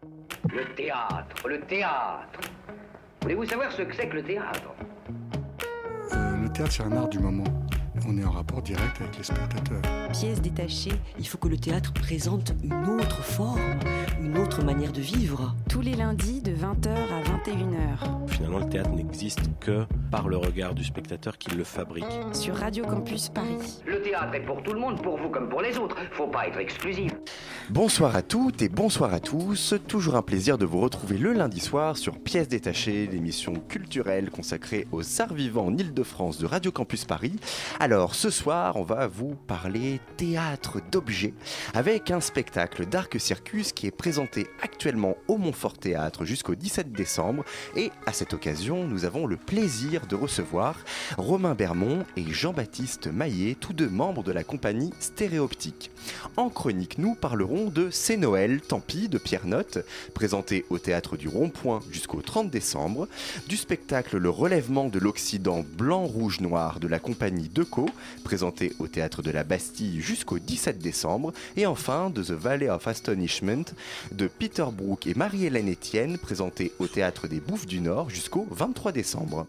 Le théâtre, le théâtre. Voulez-vous savoir ce que c'est que le théâtre ? Le théâtre, c'est un art du moment. On est en rapport direct avec les spectateurs. Pièce détachée, il faut que le théâtre présente une autre forme, une autre manière de vivre. Tous les lundis de 20h à 21h. Finalement, le théâtre n'existe que par le regard du spectateur qui le fabrique. Sur Radio Campus Paris. Le théâtre est pour tout le monde, pour vous comme pour les autres. Faut pas être exclusif. Bonsoir à toutes et bonsoir à tous. Toujours un plaisir de vous retrouver le lundi soir sur Pièces détachées, l'émission culturelle consacrée aux arts vivants en Ile-de-France de Radio Campus Paris. Alors ce soir, on va vous parler théâtre d'objets avec un spectacle d'Arc Circus qui est présenté actuellement au Montfort Théâtre jusqu'au 17 décembre. Et à cette occasion, nous avons le plaisir de recevoir Romain Bermond et Jean-Baptiste Maillet, tous deux membres de la compagnie Stéréoptique. En chronique, nous parlerons de C'est Noël, tant pis de Pierre Notte, présenté au Théâtre du Rond-Point jusqu'au 30 décembre, du spectacle Le Relèvement de l'Occident blanc, rouge, noir de la compagnie Decaux, présenté au Théâtre de la Bastille jusqu'au 17 décembre, et enfin de The Valley of Astonishment de Peter Brook et Marie-Hélène Etienne, présenté au Théâtre des Bouffes du Nord jusqu'au 23 décembre.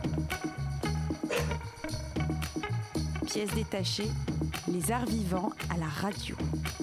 Pièces détachées, les arts vivants à la radio.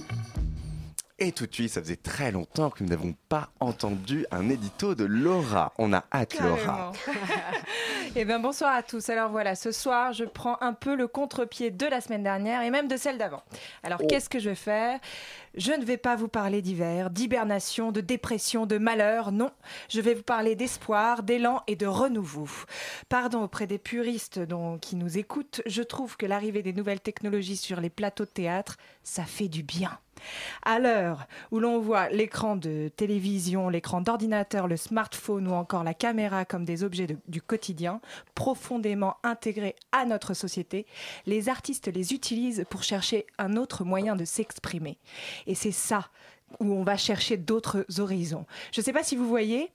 Et tout de suite, ça faisait très longtemps que nous n'avons pas entendu un édito de Laura. On a hâte, Carrément. Laura. Eh bien, bonsoir à tous. Alors voilà, ce soir, je prends un peu le contre-pied de la semaine dernière et même de celle d'avant. Alors, qu'est-ce que je vais faire ? Je ne vais pas vous parler d'hiver, d'hibernation, de dépression, de malheur. Non, je vais vous parler d'espoir, d'élan et de renouveau. Pardon auprès des puristes qui nous écoutent, je trouve que l'arrivée des nouvelles technologies sur les plateaux de théâtre, ça fait du bien. À l'heure où l'on voit l'écran de télévision, l'écran d'ordinateur, le smartphone ou encore la caméra comme des objets du quotidien, profondément intégrés à notre société, les artistes les utilisent pour chercher un autre moyen de s'exprimer. Et c'est ça où on va chercher d'autres horizons. Je ne sais pas si vous voyez...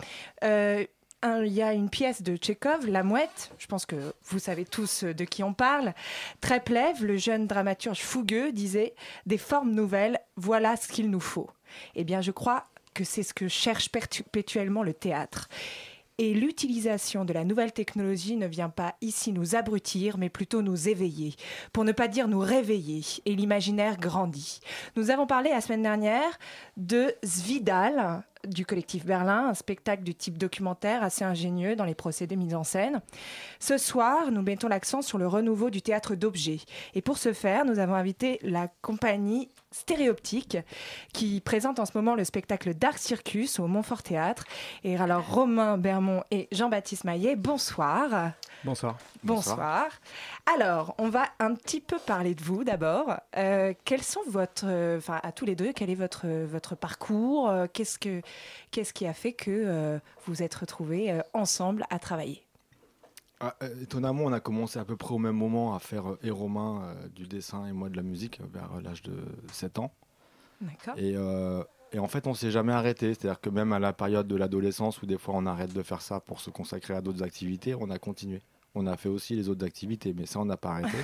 il y a une pièce de Tchekhov, La Mouette, je pense que vous savez tous de qui on parle. Treplev, le jeune dramaturge fougueux, disait « Des formes nouvelles, voilà ce qu'il nous faut ». Eh bien, je crois que c'est ce que cherche perpétuellement le théâtre. Et l'utilisation de la nouvelle technologie ne vient pas ici nous abrutir, mais plutôt nous éveiller, pour ne pas dire nous réveiller, et l'imaginaire grandit. Nous avons parlé la semaine dernière de Svidal, du collectif Berlin, un spectacle du type documentaire assez ingénieux dans les procédés mis en scène. Ce soir, nous mettons l'accent sur le renouveau du théâtre d'objets. Et pour ce faire, nous avons invité la compagnie Stéréoptique qui présente en ce moment le spectacle d'Arc Circus au Montfort Théâtre. Et alors, Romain Bermond et Jean-Baptiste Maillet, bonsoir. Bonsoir. Bonsoir. Alors, on va un petit peu parler de vous d'abord. Quels sont à tous les deux, quel est votre parcours ? Qu'est-ce qui a fait que vous vous êtes retrouvés ensemble à travailler ? Étonnamment, on a commencé à peu près au même moment à faire et Romain du dessin et moi de la musique vers l'âge de 7 ans. D'accord. Et en fait, on ne s'est jamais arrêté. C'est-à-dire que même à la période de l'adolescence où des fois on arrête de faire ça pour se consacrer à d'autres activités, on a continué. On a fait aussi les autres activités, mais ça, on n'a pas arrêté.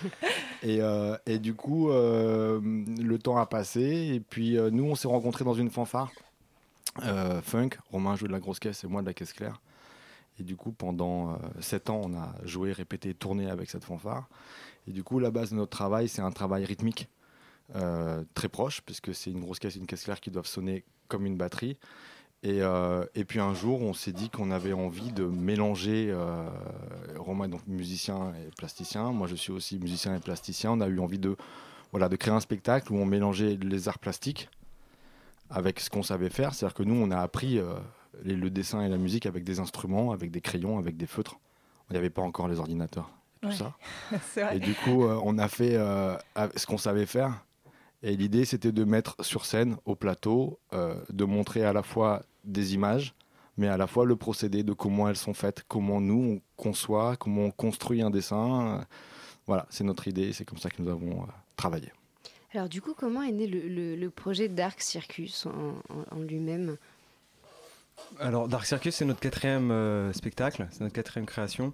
et du coup, le temps a passé. Et puis, nous, on s'est rencontrés dans une fanfare funk. Romain jouait de la grosse caisse et moi de la caisse claire. Et du coup, pendant 7 ans, on a joué, répété, tourné avec cette fanfare. Et du coup, la base de notre travail, c'est un travail rythmique très proche, puisque c'est une grosse caisse et une caisse claire qui doivent sonner comme une batterie. Et puis un jour, on s'est dit qu'on avait envie de mélanger. Romain est donc musicien et plasticien. Moi, je suis aussi musicien et plasticien. On a eu envie de créer un spectacle où on mélangeait les arts plastiques avec ce qu'on savait faire. C'est-à-dire que nous, on a appris le dessin et la musique avec des instruments, avec des crayons, avec des feutres. Il n'y avait pas encore les ordinateurs et tout ça. C'est vrai. Et du coup, on a fait ce qu'on savait faire. Et l'idée, c'était de mettre sur scène, au plateau, de montrer à la fois des images, mais à la fois le procédé de comment elles sont faites, comment nous, on conçoit, comment on construit un dessin. Voilà, c'est notre idée, c'est comme ça que nous avons travaillé. Alors du coup, comment est né le projet d'Arc Circus en lui-même ? Alors, Dark Circus, c'est notre 4e spectacle, c'est notre 4e création.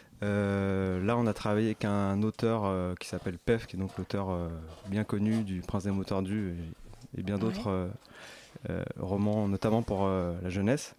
Là, on a travaillé avec un auteur qui s'appelle Pef, qui est donc l'auteur bien connu du Prince des mots tordus et bien d'autres roman notamment pour la jeunesse.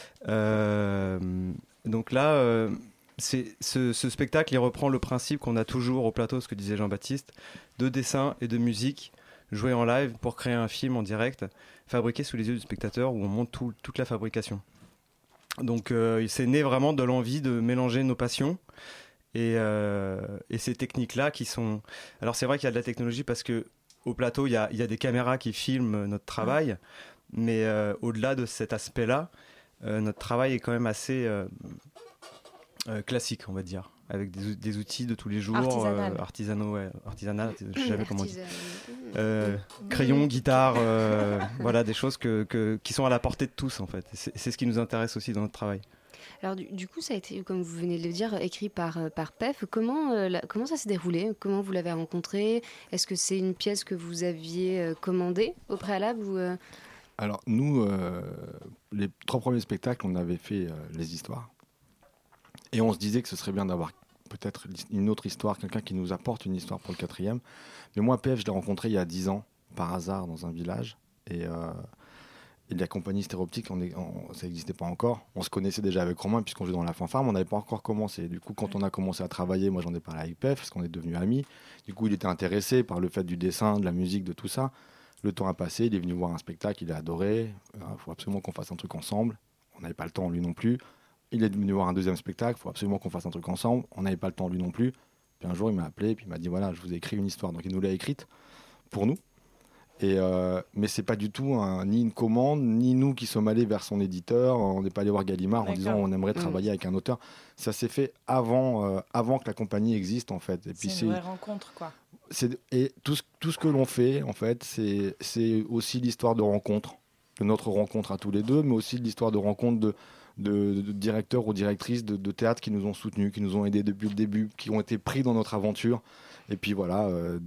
Donc là, ce spectacle, il reprend le principe qu'on a toujours au plateau, ce que disait Jean-Baptiste, de dessin et de musique joués en live pour créer un film en direct, fabriqué sous les yeux du spectateur, où on montre toute la fabrication. Donc c'est né vraiment de l'envie de mélanger nos passions et ces techniques-là qui sont... Alors c'est vrai qu'il y a de la technologie parce qu'au plateau, il y a des caméras qui filment notre travail, mais au-delà de cet aspect-là, notre travail est quand même assez classique, on va dire, avec des outils de tous les jours, artisanal, je sais jamais comment on dit. Crayon, guitare, voilà, des choses qui sont à la portée de tous en fait. C'est ce qui nous intéresse aussi dans notre travail. Alors du coup, ça a été, comme vous venez de le dire, écrit par Pef. Comment ça s'est déroulé ? Comment vous l'avez rencontré ? Est-ce que c'est une pièce que vous aviez commandée au préalable ou Alors nous, les 3 premiers spectacles, on avait fait les histoires. Et on se disait que ce serait bien d'avoir peut-être une autre histoire, quelqu'un qui nous apporte une histoire pour le 4e. Mais moi, Pef, je l'ai rencontré il y a 10 ans, par hasard, dans un village. Et la compagnie Stéréoptique, ça n'existait pas encore. On se connaissait déjà avec Romain, puisqu'on jouait dans la fanfare, mais on n'avait pas encore commencé. Du coup, quand on a commencé à travailler, moi j'en ai parlé avec Pef, parce qu'on est devenus amis. Du coup, il était intéressé par le fait du dessin, de la musique, de tout ça. Le temps a passé, il est venu voir un spectacle, il a adoré. Il faut absolument qu'on fasse un truc ensemble. On n'avait pas le temps, lui non plus. Il est venu voir un 2e spectacle, il faut absolument qu'on fasse un truc ensemble. On n'avait pas le temps, lui non plus. Puis un jour, il m'a appelé, puis il m'a dit voilà, je vous ai écrit une histoire. Donc il nous l'a écrite pour nous. Mais c'est pas du tout ni une commande, ni nous qui sommes allés vers son éditeur. On n'est pas allé voir Gallimard en disant on aimerait travailler avec un auteur. Ça s'est fait avant que la compagnie existe en fait. Et puis c'est une vraie rencontre quoi. Et tout ce que l'on fait en fait, c'est aussi l'histoire de rencontre, de notre rencontre à tous les deux, mais aussi l'histoire de rencontre de directeurs ou directrices de théâtre qui nous ont soutenus, qui nous ont aidés depuis le début, qui ont été pris dans notre aventure. Et puis voilà,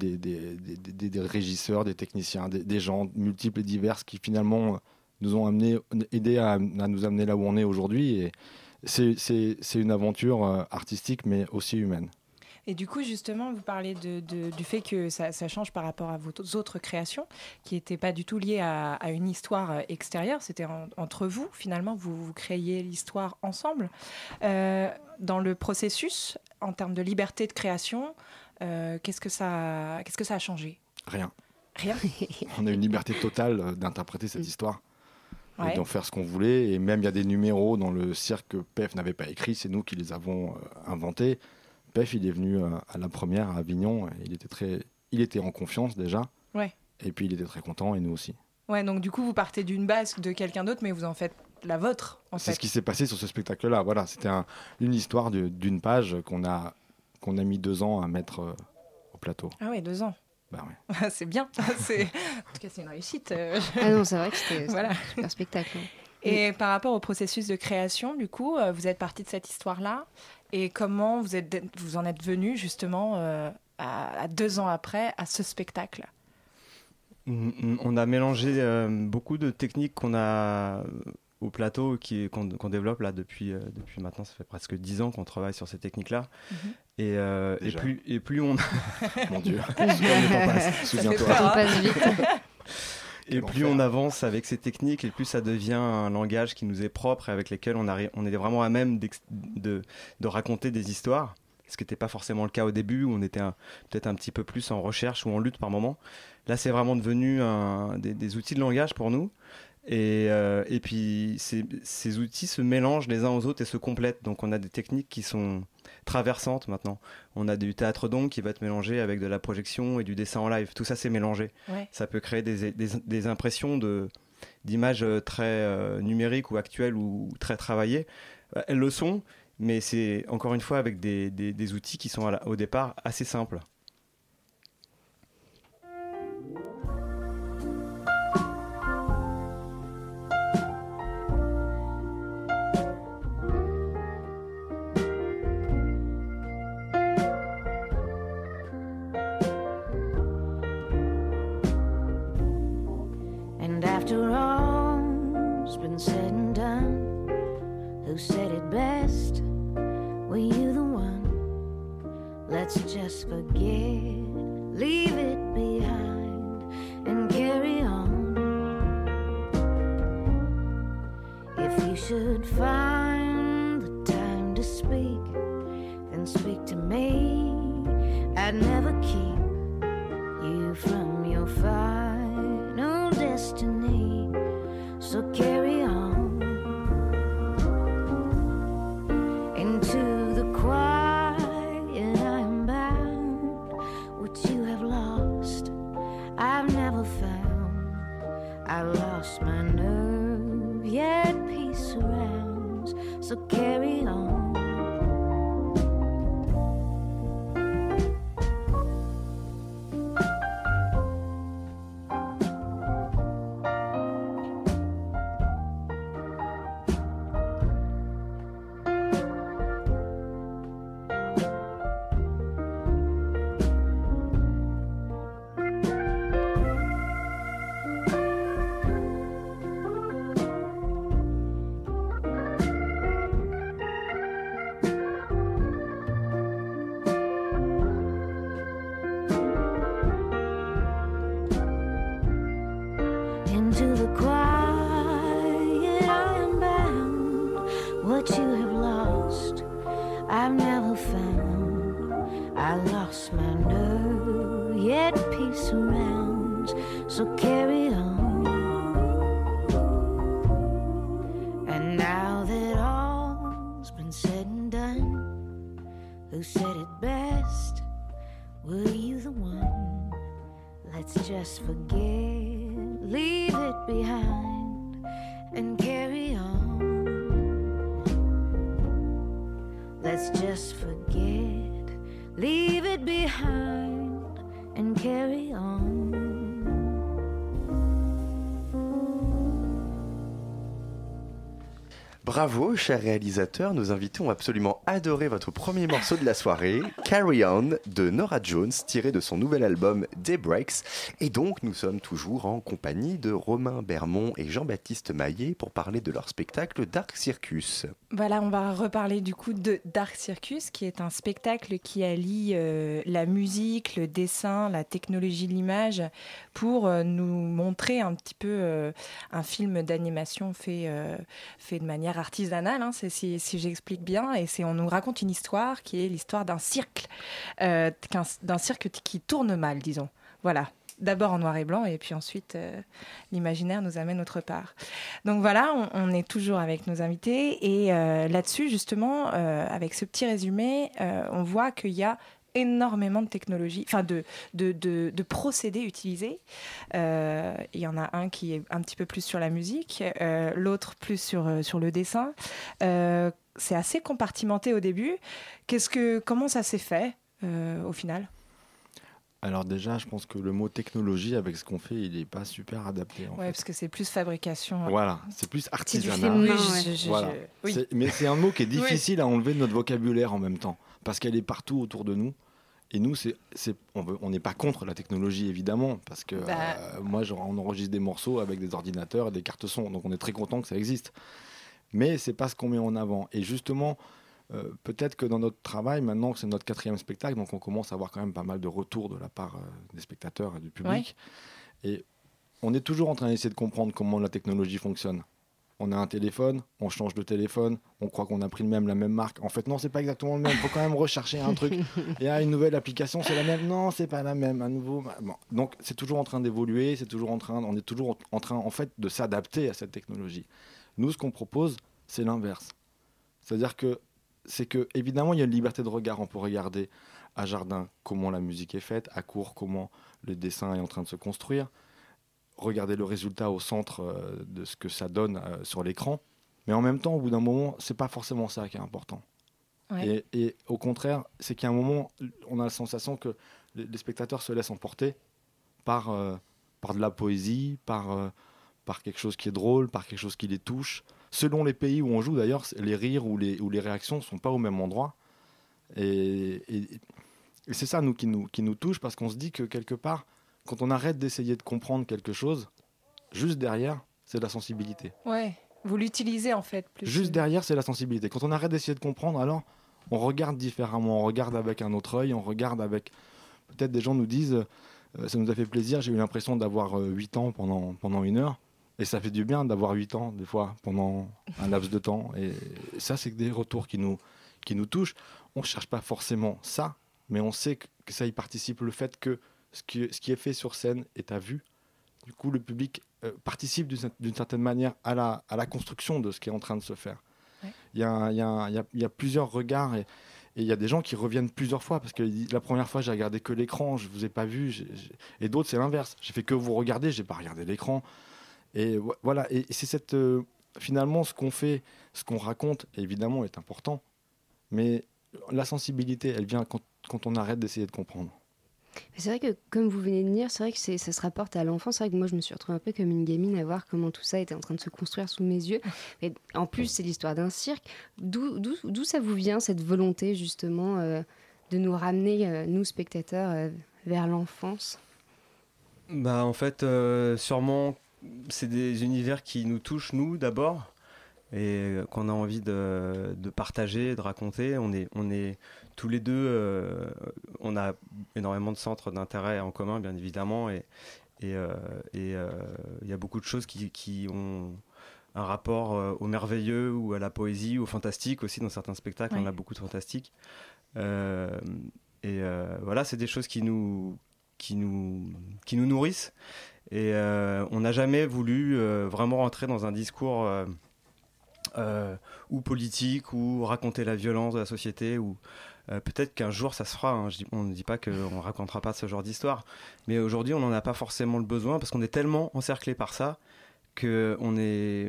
des régisseurs, des techniciens, des gens multiples et divers qui finalement nous ont aidés à nous amener là où on est aujourd'hui. Et c'est une aventure artistique, mais aussi humaine. Et du coup, justement, vous parlez du fait que ça change par rapport à vos autres créations, qui n'étaient pas du tout liées à une histoire extérieure. C'était entre vous, finalement, vous créiez l'histoire ensemble. Dans le processus, en termes de liberté de création, qu'est-ce que ça a changé ? Rien. Rien. On a une liberté totale d'interpréter cette histoire. Ouais. Et d'en faire ce qu'on voulait. Et même, il y a des numéros dans le cirque que Pef n'avait pas écrits. C'est nous qui les avons inventés. Pef, il est venu à la première à Avignon. Et il était en confiance déjà. Ouais. Et puis, il était très content, et nous aussi. Ouais, donc du coup, vous partez d'une base de quelqu'un d'autre, mais vous en faites la vôtre, en fait. C'est ce qui s'est passé sur ce spectacle-là. Voilà, c'était une histoire d'une page qu'on a mis 2 ans à mettre au plateau. Ah ouais, 2 ans. Bah ouais. C'est bien. En tout cas, c'est une réussite. Ah non, c'est vrai que c'était voilà. un super spectacle. Et par rapport au processus de création, du coup, vous êtes parti de cette histoire-là. Et comment vous en êtes venu justement à 2 ans après à ce spectacle ? On a mélangé beaucoup de techniques qu'on a au plateau qu'on développe là depuis maintenant, ça fait presque 10 ans qu'on travaille sur ces techniques-là. Mm-hmm. Et plus on... Mon Dieu, le temps passe, souviens-toi. Le temps passe vite. Et plus on avance avec ces techniques, et plus ça devient un langage qui nous est propre et avec lesquels on est vraiment à même de raconter des histoires. Ce qui n'était pas forcément le cas au début, où on était peut-être un petit peu plus en recherche ou en lutte par moment. Là, c'est vraiment devenu des outils de langage pour nous. Et puis, ces outils se mélangent les uns aux autres et se complètent. Donc, on a des techniques qui sont traversantes maintenant. On a du théâtre d'ombre qui va être mélangé avec de la projection et du dessin en live. Tout ça, c'est mélangé. Ouais. Ça peut créer des impressions d'images très numériques ou actuelles ou très travaillées. Elles le sont, mais c'est encore une fois avec des outils qui sont au départ assez simples. After all's been said and done, who said it best? Were you the one? Let's just forget, leave it behind and carry on. you should find the time to speak, then speak to me. I'd never keep you from your final destiny, so carry on into the quiet. I am bound. What you have lost, I've never found. I lost my nerve, yet peace surrounds, so carry on. Into the quiet I am bound. What you have lost, I've never found. I lost my nerve, yet peace surrounds, so carry on. And now that all's been said and done, who said it best? Were you the one? Let's just forget, leave it behind, and carry on. Let's just forget, leave it behind, and carry on. Bravo, cher réalisateur, nos invités ont absolument adoré votre premier morceau de la soirée, Carry On, de Norah Jones, tiré de son nouvel album Daybreaks. Et donc, nous sommes toujours en compagnie de Romain Bermond et Jean-Baptiste Maillet pour parler de leur spectacle Dark Circus. Voilà, on va reparler du coup de Dark Circus, qui est un spectacle qui allie la musique, le dessin, la technologie de l'image pour nous montrer un petit peu un film d'animation fait de manière artisanale, hein, si j'explique bien, et on nous raconte une histoire qui est l'histoire d'un cirque qui tourne mal, disons. Voilà. D'abord en noir et blanc, et puis ensuite l'imaginaire nous amène autre part. Donc voilà, on est toujours avec nos invités, et là-dessus justement, avec ce petit résumé, on voit qu'il y a énormément de technologies, enfin de procédés utilisés. Il y en a un qui est un petit peu plus sur la musique, l'autre plus sur le dessin. C'est assez compartimenté au début. Comment ça s'est fait au final ? Alors déjà, je pense que le mot technologie, avec ce qu'on fait, il n'est pas super adapté. Oui, parce que c'est plus fabrication. Voilà, c'est plus artisanat. Voilà. Oui. Mais c'est un mot qui est difficile à enlever de notre vocabulaire en même temps, parce qu'elle est partout autour de nous. Et nous, on n'est pas contre la technologie, évidemment, parce que moi, on enregistre des morceaux avec des ordinateurs et des cartes son, donc on est très content que ça existe. Mais c'est pas ce qu'on met en avant. Et justement, peut-être que dans notre travail, maintenant que c'est notre 4e spectacle, donc on commence à avoir quand même pas mal de retours de la part des spectateurs et du public. Ouais. Et on est toujours en train d'essayer de comprendre comment la technologie fonctionne. On a un téléphone, on change de téléphone, on croit qu'on a pris la même marque. En fait, non, c'est pas exactement le même. Il faut quand même rechercher un truc. Il y a une nouvelle application, c'est la même. Non, c'est pas la même. Un nouveau. Bon. Donc, c'est toujours en train d'évoluer. On est toujours en train, en fait, de s'adapter à cette technologie. Nous, ce qu'on propose, c'est l'inverse. C'est-à-dire que évidemment, il y a une liberté de regard. On peut regarder à Jardin comment la musique est faite, à Court comment le dessin est en train de se construire. Regarder le résultat au centre de ce que ça donne sur l'écran. Mais en même temps, au bout d'un moment, c'est pas forcément ça qui est important. Ouais. Et au contraire, c'est qu'à un moment, on a la sensation que les spectateurs se laissent emporter par de la poésie, par quelque chose qui est drôle, par quelque chose qui les touche. Selon les pays où on joue, d'ailleurs, les rires ou les réactions ne sont pas au même endroit. Et c'est ça, nous, qui nous touche, parce qu'on se dit que quelque part, quand on arrête d'essayer de comprendre quelque chose, juste derrière, c'est la sensibilité. Ouais, vous l'utilisez en fait. Juste derrière, c'est la sensibilité. Quand on arrête d'essayer de comprendre, alors on regarde différemment, on regarde avec un autre œil, on regarde avec... Peut-être des gens nous disent, ça nous a fait plaisir, j'ai eu l'impression d'avoir 8 ans pendant 1 heure. Et ça fait du bien d'avoir 8 ans, des fois, pendant un laps de temps. Et ça, c'est des retours qui nous touchent. On ne cherche pas forcément ça, mais on sait que ça y participe, le fait que ce qui est fait sur scène est à vue. Du coup, le public participe d'une certaine manière à la construction de ce qui est en train de se faire. Ouais. Il y a plusieurs regards et il y a des gens qui reviennent plusieurs fois parce que la première fois, j'ai regardé que l'écran, je ne vous ai pas vu. Et d'autres, c'est l'inverse. J'ai fait que vous regarder, je n'ai pas regardé l'écran. Et voilà, et c'est finalement ce qu'on fait, ce qu'on raconte, évidemment, est important. Mais la sensibilité, elle vient quand on arrête d'essayer de comprendre. Mais c'est vrai que, comme vous venez de dire, c'est vrai que ça se rapporte à l'enfance. C'est vrai que moi, je me suis retrouvée un peu comme une gamine à voir comment tout ça était en train de se construire sous mes yeux. Et en plus, c'est l'histoire d'un cirque. D'où ça vous vient, cette volonté, justement, de nous ramener, nous, spectateurs, vers l'enfance ? En fait, sûrement... C'est des univers qui nous touchent, nous, d'abord, et qu'on a envie de partager, de raconter. On est tous les deux, on a énormément de centres d'intérêt en commun, bien évidemment, et il y a beaucoup de choses qui ont un rapport au merveilleux ou à la poésie, au fantastique aussi. Dans certains spectacles, on a beaucoup de fantastique. Voilà, c'est des choses qui nous nourrissent. Et on n'a jamais voulu vraiment rentrer dans un discours ou politique ou raconter la violence de la société. Ou peut-être qu'un jour ça se fera. Hein. On ne dit pas qu'on ne racontera pas ce genre d'histoire. Mais aujourd'hui, on n'en a pas forcément le besoin parce qu'on est tellement encerclé par ça qu'on est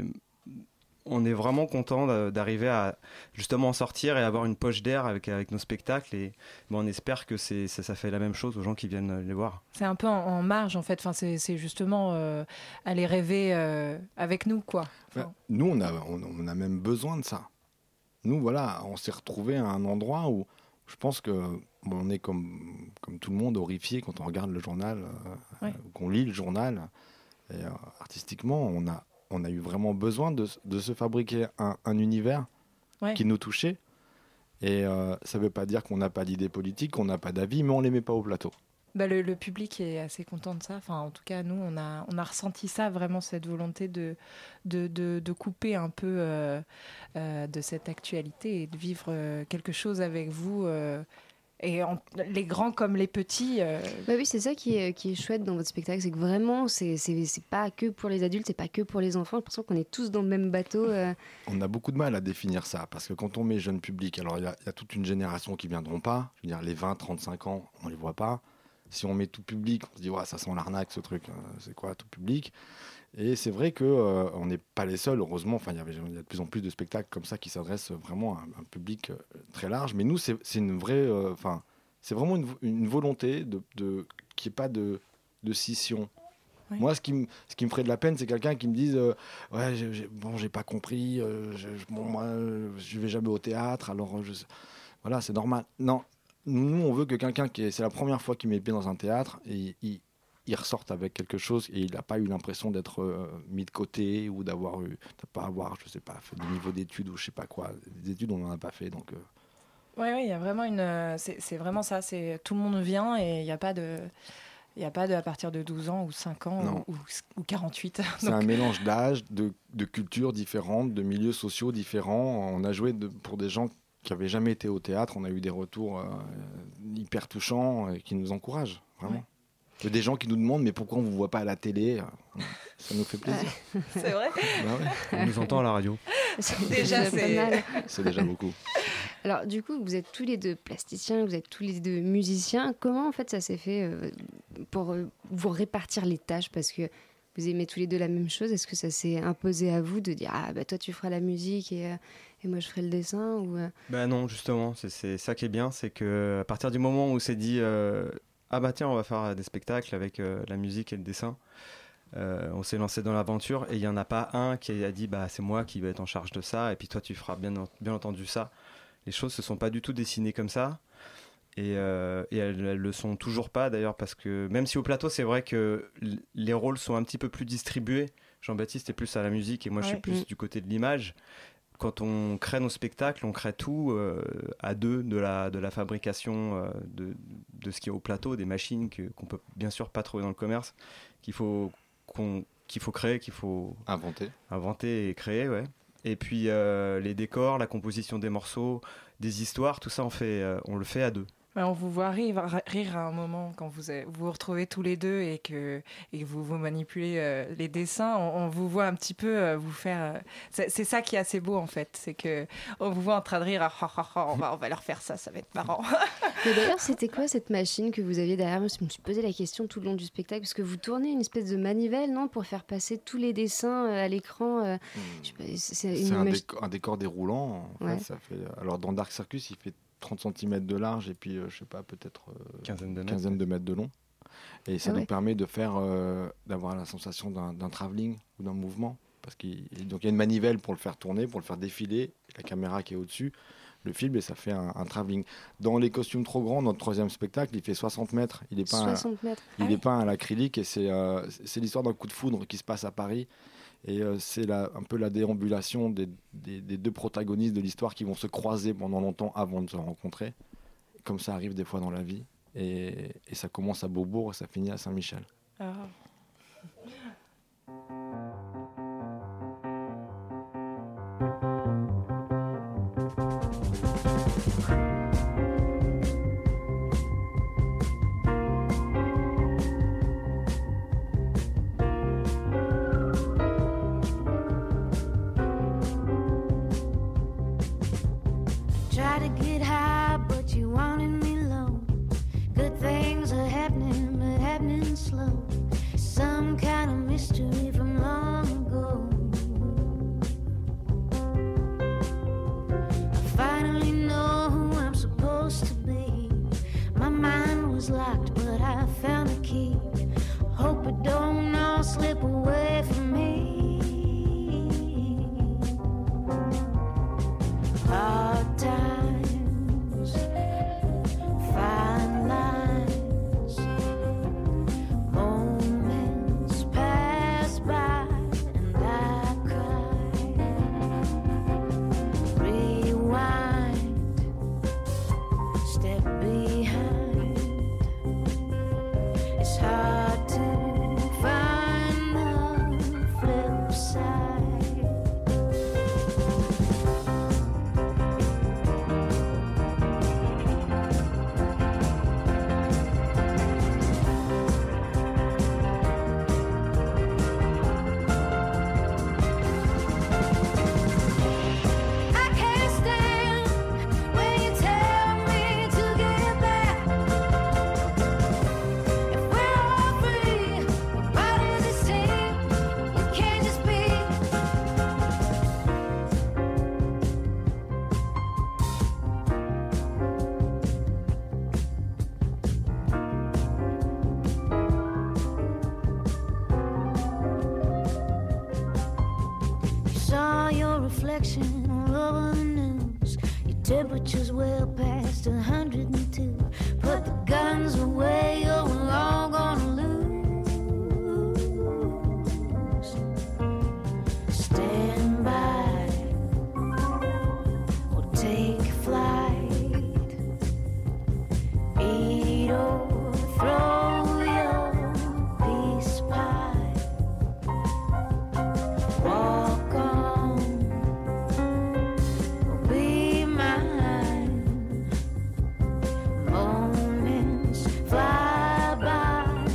vraiment content d'arriver à justement en sortir et avoir une poche d'air avec nos spectacles. Et on espère que ça fait la même chose aux gens qui viennent les voir. C'est un peu en marge, en fait. Enfin, c'est justement aller rêver avec nous, quoi. Enfin... Nous, on a même besoin de ça. Nous, voilà, on s'est retrouvés à un endroit où je pense qu'on est comme tout le monde horrifié quand on regarde le journal, qu'on lit le journal. Et artistiquement, on a eu vraiment besoin de se fabriquer un univers qui nous touchait. Et ça ne veut pas dire qu'on n'a pas d'idées politiques, qu'on n'a pas d'avis, mais on ne les met pas au plateau. Le public est assez content de ça. Enfin, en tout cas, nous, on a ressenti ça, vraiment, cette volonté de couper un peu de cette actualité et de vivre quelque chose avec vous. Et les grands comme les petits. Oui, c'est ça qui est chouette dans votre spectacle, c'est que vraiment, c'est pas que pour les adultes, c'est pas que pour les enfants. J'ai l'impression qu'on est tous dans le même bateau. On a beaucoup de mal à définir ça, parce que quand on met jeune public, alors il y a toute une génération qui viendront pas. Je veux dire, les 20-35 ans, on les voit pas. Si on met tout public, on se dit, ça sent l'arnaque, ce truc. C'est quoi, tout public ? Et c'est vrai qu'on n'est pas les seuls, heureusement. Enfin, il y a de plus en plus de spectacles comme ça qui s'adressent vraiment à un public très large. Mais nous, c'est une vraie... c'est vraiment une volonté qu'il n'y ait pas de scission. Oui. Moi, ce qui me ferait de la peine, c'est quelqu'un qui me dise j'ai pas compris, moi, je vais jamais au théâtre, alors... Voilà, c'est normal. Non, nous, on veut que quelqu'un c'est la première fois qu'il met le pied dans un théâtre et il ressorte avec quelque chose et il n'a pas eu l'impression d'être mis de côté ou d'avoir je sais pas, fait des niveaux d'études ou je sais pas quoi. Des études, on n'en a pas fait, donc... Oui, il y a vraiment c'est vraiment ça. C'est tout le monde vient et il n'y a pas de à partir de 12 ans ou 5 ans ou 48. C'est un mélange d'âge, de cultures différentes, de milieux sociaux différents. On a joué pour des gens qui n'avaient jamais été au théâtre. On a eu des retours hyper touchants et qui nous encouragent, vraiment. Ouais. Il y a des gens qui nous demandent mais pourquoi on ne vous voit pas à la télé ? Ça nous fait plaisir. C'est vrai ? On nous entend à la radio. C'est déjà pas mal. C'est déjà beaucoup. Alors du coup, vous êtes tous les deux plasticiens, vous êtes tous les deux musiciens. Comment en fait ça s'est fait pour vous répartir les tâches ? Parce que vous aimez tous les deux la même chose. Est-ce que ça s'est imposé à vous de dire toi tu feras la musique et moi je ferai le dessin ou Non, justement, c'est ça qui est bien, c'est que à partir du moment où c'est dit tiens, on va faire des spectacles avec la musique et le dessin. On s'est lancé dans l'aventure et il n'y en a pas un qui a dit c'est moi qui vais être en charge de ça et puis toi tu feras bien entendu ça. Les choses se sont pas du tout dessinées comme ça et elles le sont toujours pas d'ailleurs, parce que même si au plateau c'est vrai que les rôles sont un petit peu plus distribués, Jean-Baptiste est plus à la musique et moi je suis plus du côté de l'image. Quand on crée nos spectacles, on crée tout à deux, de la fabrication de ce qui est au plateau, des machines qu'on peut bien sûr pas trouver dans le commerce, qu'il faut qu'on faut créer, qu'il faut inventer et créer, ouais. Et puis les décors, la composition des morceaux, des histoires, tout ça on le fait à deux. On vous voit rire à un moment quand vous vous retrouvez tous les deux et que vous manipulez les dessins. On vous voit un petit peu vous faire... c'est ça qui est assez beau en fait, c'est qu'on vous voit en train de rire. On va leur faire ça va être marrant. Mais d'ailleurs, c'était quoi cette machine que vous aviez derrière moi? Je me suis posé la question tout le long du spectacle, parce que vous tournez une espèce de manivelle, non, pour faire passer tous les dessins à l'écran. C'est un décor déroulant. En fait, ça fait... Alors dans Dark Circus, il fait 30 cm de large et puis je sais pas, peut-être quinzaine de mètres de long, et ça nous permet de faire d'avoir la sensation d'un travelling ou d'un mouvement, parce donc il y a une manivelle pour le faire tourner, pour le faire défiler, la caméra qui est au-dessus le film, et ça fait un travelling. Dans Les costumes trop grands, notre troisième spectacle, il fait 60 mètres, il n'est pas à l'acrylique, et c'est l'histoire d'un coup de foudre qui se passe à Paris. Et c'est un peu la déambulation des deux protagonistes de l'histoire qui vont se croiser pendant longtemps avant de se rencontrer, comme ça arrive des fois dans la vie. Et ça commence à Beaubourg et ça finit à Saint-Michel. Ah. All over the news. Your temperature's well past 102. Put the guns away, or we're all gonna lose. Stand by, or take flight. Eat or throw your peace pie. Walk on. Moments fly by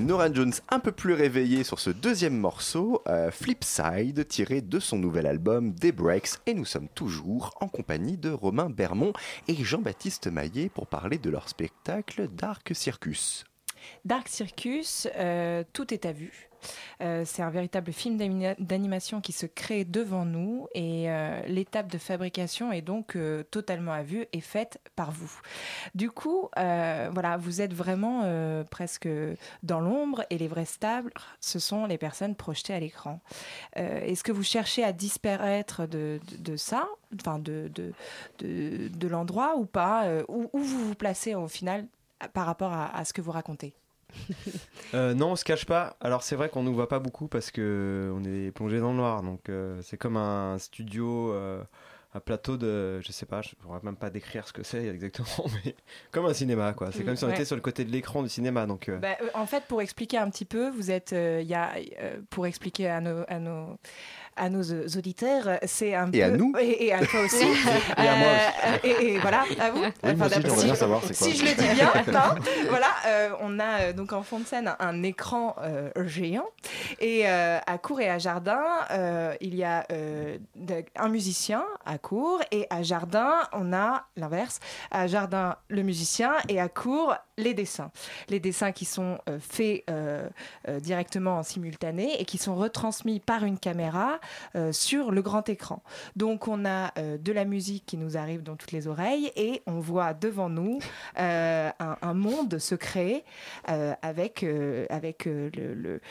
Norah Jones un peu plus réveillée sur ce deuxième morceau, Flipside, tiré de son nouvel album Daybreaks. Et nous sommes toujours en compagnie de Romain Bermond et Jean-Baptiste Maillet pour parler de leur spectacle Dark Circus. Dark Circus, tout est à vue. C'est un véritable film d'animation qui se crée devant nous et l'étape de fabrication est donc totalement à vue et faite par vous. Du coup, voilà, vous êtes vraiment presque dans l'ombre et les vrais stars, ce sont les personnes projetées à l'écran. Est-ce que vous cherchez à disparaître de ça, enfin de l'endroit ou pas, où vous vous placez au final par rapport à ce que vous racontez? Non, on se cache pas. Alors c'est vrai qu'on nous voit pas beaucoup parce que on est plongé dans le noir. Donc c'est comme un studio, un plateau de, je sais pas, je pourrais même pas décrire ce que c'est exactement, mais comme un cinéma, quoi. C'est comme si on était sur le côté de l'écran du cinéma. Donc en fait, pour expliquer un petit peu, vous êtes, pour expliquer à nos auditeurs, c'est un peu... Et à nous. Et à toi aussi. Et à moi aussi. Et voilà, à vous. Oui, moi aussi, j'aimerais bien savoir c'est quoi. Si je le dis bien, hein, voilà, on a donc en fond de scène un écran géant. Et à Cour et à Jardin, il y a un musicien à Cour. Et à Jardin, on a l'inverse. À Jardin, le musicien. Et à Cour, les dessins. Les dessins qui sont faits directement en simultané et qui sont retransmis par une caméra sur le grand écran. Donc on a de la musique qui nous arrive dans toutes les oreilles et on voit devant nous un monde se créer avec le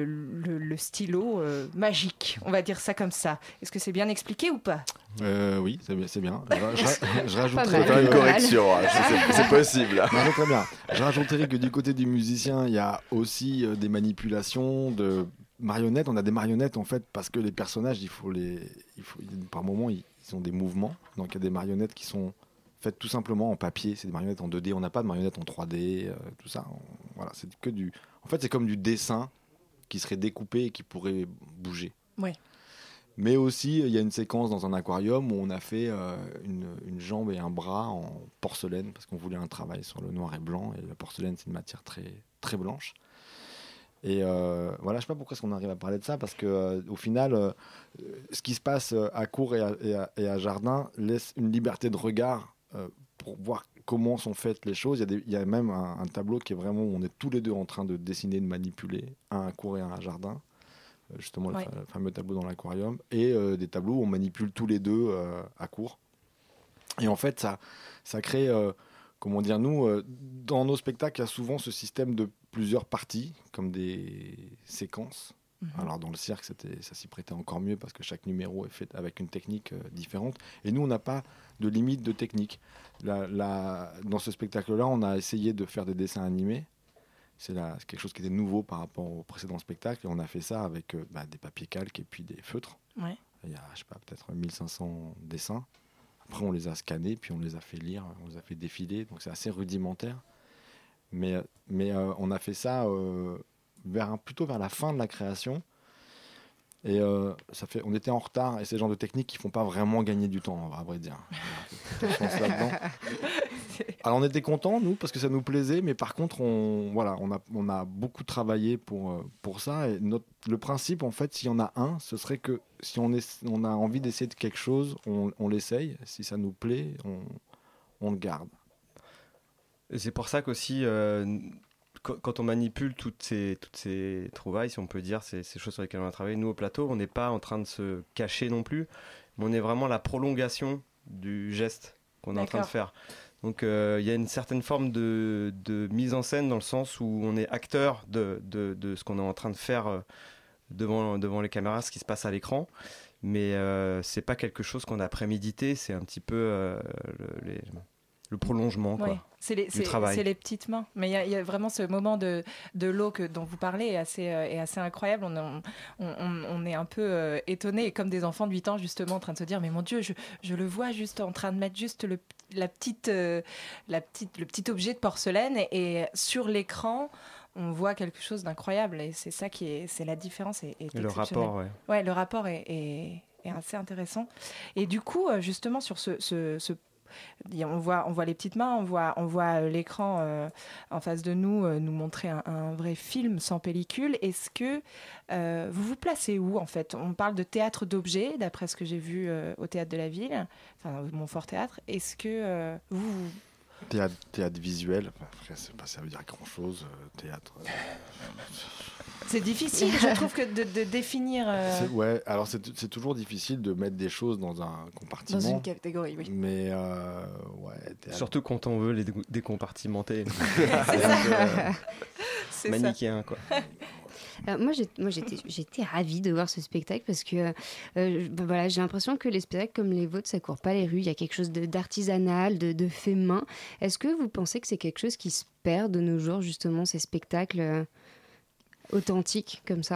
stylo magique. On va dire ça comme ça. Est-ce que c'est bien expliqué ou pas ? Oui, c'est bien. Je rajouterais... Je vais faire une correction, c'est possible. Non, très bien. Je rajouterais que du côté du musicien, il y a aussi des manipulations de marionnettes. On a des marionnettes en fait parce que les personnages, par moment, ils ont des mouvements. Donc il y a des marionnettes qui sont faites tout simplement en papier. C'est des marionnettes en 2D. On n'a pas de marionnettes en 3D, tout ça. Voilà, c'est que du. En fait, c'est comme du dessin qui serait découpé et qui pourrait bouger. Oui. Mais aussi, il y a une séquence dans un aquarium où on a fait une jambe et un bras en porcelaine parce qu'on voulait un travail sur le noir et blanc. Et la porcelaine, c'est une matière très, très blanche. Et voilà, je ne sais pas pourquoi est-ce qu'on arrive à parler de ça parce qu'au final, ce qui se passe à Cour et à Jardin laisse une liberté de regard pour voir comment sont faites les choses. Il y a même un tableau qui est vraiment où on est tous les deux en train de dessiner, de manipuler, un à Cour et un à Jardin. Justement le fameux tableau dans l'aquarium et des tableaux où on manipule tous les deux à Cour. Et en fait, ça crée, comment dire, nous, dans nos spectacles, il y a souvent ce système de plusieurs parties, comme des séquences. Alors dans le cirque, ça s'y prêtait encore mieux parce que chaque numéro est fait avec une technique différente. Et nous, on n'a pas de limite de technique. Dans ce spectacle-là, on a essayé de faire des dessins animés. C'est quelque chose qui était nouveau par rapport au précédent spectacle. Et on a fait ça avec des papiers calques et puis des feutres. Ouais. Il y a, je sais pas, peut-être 1500 dessins. Après, on les a scannés, puis on les a fait lire, on les a fait défiler. Donc, c'est assez rudimentaire. Mais on a fait ça plutôt vers la fin de la création. Et on était en retard. Et c'est le genre de techniques qui ne font pas vraiment gagner du temps, à vrai dire. Alors on était contents, nous, parce que ça nous plaisait, mais par contre, on a beaucoup travaillé pour ça. Et le principe, en fait, s'il y en a un, ce serait que si on a envie d'essayer de quelque chose, on l'essaye. Si ça nous plaît, on le garde. Et c'est pour ça qu'aussi, quand on manipule toutes ces trouvailles, si on peut dire, ces choses sur lesquelles on a travaillé, nous, au plateau, on n'est pas en train de se cacher non plus, mais on est vraiment la prolongation du geste qu'on est en train de faire. Donc il y a une certaine forme de mise en scène dans le sens où on est acteur de ce qu'on est en train de faire devant les caméras, ce qui se passe à l'écran. Mais c'est pas quelque chose qu'on a prémédité, c'est un petit peu le prolongement du travail. C'est les petites mains. Mais il y a vraiment ce moment de l'eau dont vous parlez est assez incroyable. On est un peu étonnés, comme des enfants de 8 ans, justement, en train de se dire, mais mon Dieu, je le vois juste en train de mettre juste le petit objet de porcelaine et sur l'écran, on voit quelque chose d'incroyable. Et c'est ça c'est la différence. Et le rapport, le rapport est assez intéressant. Et du coup, justement, sur ce On voit les petites mains, on voit l'écran en face de nous nous montrer un vrai film sans pellicule. Est-ce que vous vous placez où en fait ? On parle de théâtre d'objets, d'après ce que j'ai vu au Théâtre de la Ville, enfin Montfort Théâtre. Est-ce que vous... Théâtre visuel, après, ça veut dire grand-chose, théâtre... C'est difficile, je trouve, que de définir... Ouais, alors c'est toujours difficile de mettre des choses dans un compartiment. Dans une catégorie, oui. Mais, ouais... Théâtre... Surtout quand on veut les décompartimenter. C'est manichéen, quoi. Alors moi, j'étais ravie de voir ce spectacle parce que voilà, j'ai l'impression que les spectacles comme les vôtres, ça court pas les rues. Il y a quelque chose d'artisanal, de fait main. Est-ce que vous pensez que c'est quelque chose qui se perd de nos jours, justement, ces spectacles authentiques comme ça ?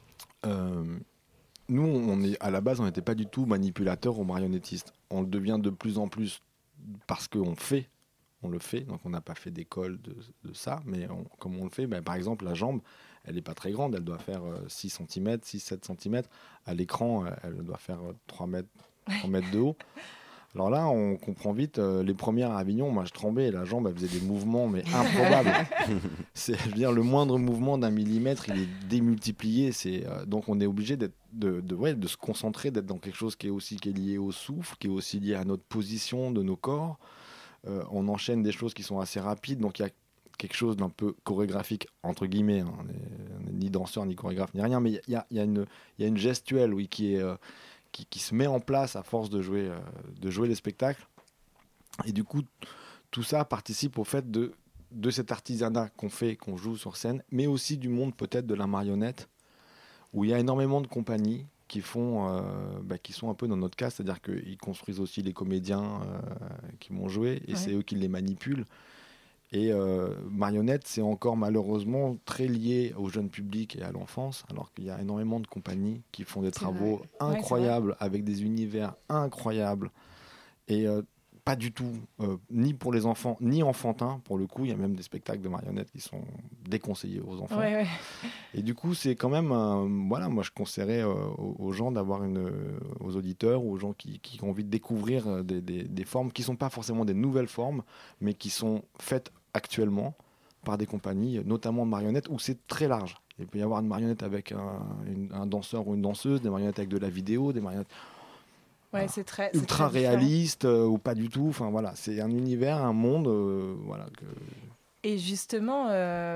Nous, à la base, on n'était pas du tout manipulateurs ou marionnettistes. On le devient de plus en plus parce qu'on fait. On le fait, donc on n'a pas fait d'école de ça, mais comme on le fait, par exemple, la jambe, elle n'est pas très grande, elle doit faire 6 cm, 6-7 cm. À l'écran, elle doit faire 3 mètres de haut. Alors là, on comprend vite, les premières à Avignon, moi je tremblais, la jambe, elle faisait des mouvements, mais improbables. C'est-à-dire, le moindre mouvement d'un millimètre, il est démultiplié. Donc on est obligé de se concentrer, d'être dans quelque chose qui est lié au souffle, qui est aussi lié à notre position de nos corps. On enchaîne des choses qui sont assez rapides, donc il y a quelque chose d'un peu chorégraphique, entre guillemets. On n'est ni danseur, ni chorégraphe, ni rien, mais il y a une gestuelle, oui, qui se met en place à force de jouer les spectacles. Et du coup, tout ça participe au fait de cet artisanat qu'on joue sur scène, mais aussi du monde peut-être de la marionnette, où il y a énormément de compagnies qui sont un peu dans notre cas, c'est-à-dire qu'ils construisent aussi les comédiens qui vont jouer, et c'est eux qui les manipulent. Et marionnette, c'est encore malheureusement très lié au jeune public et à l'enfance, alors qu'il y a énormément de compagnies qui font des travaux incroyables, avec des univers incroyables, et pas du tout, ni pour les enfants, ni enfantins, pour le coup. Il y a même des spectacles de marionnettes qui sont déconseillés aux enfants. Ouais. Et du coup, c'est quand même, moi je conseillerais aux gens aux auditeurs ou aux gens qui ont envie de découvrir des formes qui ne sont pas forcément des nouvelles formes, mais qui sont faites actuellement par des compagnies, notamment de marionnettes, où c'est très large. Il peut y avoir une marionnette avec un danseur ou une danseuse, des marionnettes avec de la vidéo, des marionnettes... Ouais, c'est ultra réaliste ou pas du tout. Enfin voilà, c'est un univers, un monde, voilà. Et justement,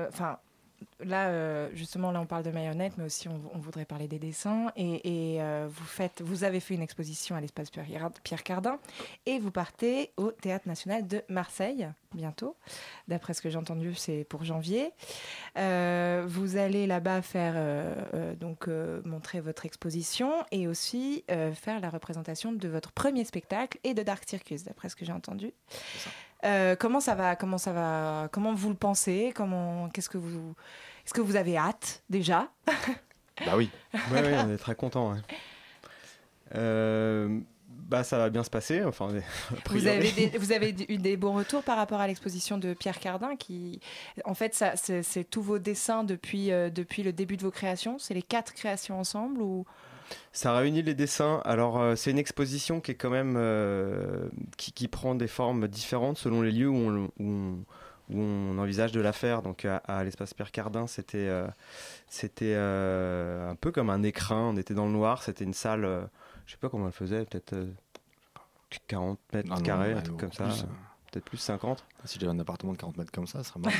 justement là, on parle de marionnettes, mais aussi on voudrait parler des dessins. Et vous avez fait une exposition à l'espace Pierre Cardin, et vous partez au Théâtre National de Marseille bientôt. D'après ce que j'ai entendu, c'est pour janvier. Vous allez là-bas faire montrer votre exposition et aussi faire la représentation de votre premier spectacle et de Dark Circus, d'après ce que j'ai entendu. Comment ça va ? Comment vous le pensez ? Est-ce que vous avez hâte déjà ? Bah oui. Oui, on est très contents. Ça va bien se passer. Enfin, vous avez eu des bons retours par rapport à l'exposition de Pierre Cardin, qui, en fait, c'est tous vos dessins depuis le début de vos créations. C'est les 4 créations ensemble ou... Ça réunit les dessins. Alors, c'est une exposition qui est quand même qui prend des formes différentes selon les lieux où on envisage de la faire. Donc, à l'espace Pierre Cardin, c'était un peu comme un écrin. On était dans le noir. C'était une salle, je sais pas comment elle faisait, peut-être 40 mètres carrés, un truc comme ça. Plus, peut-être plus 50. Si j'avais un appartement de 40 mètres comme ça serait marrant.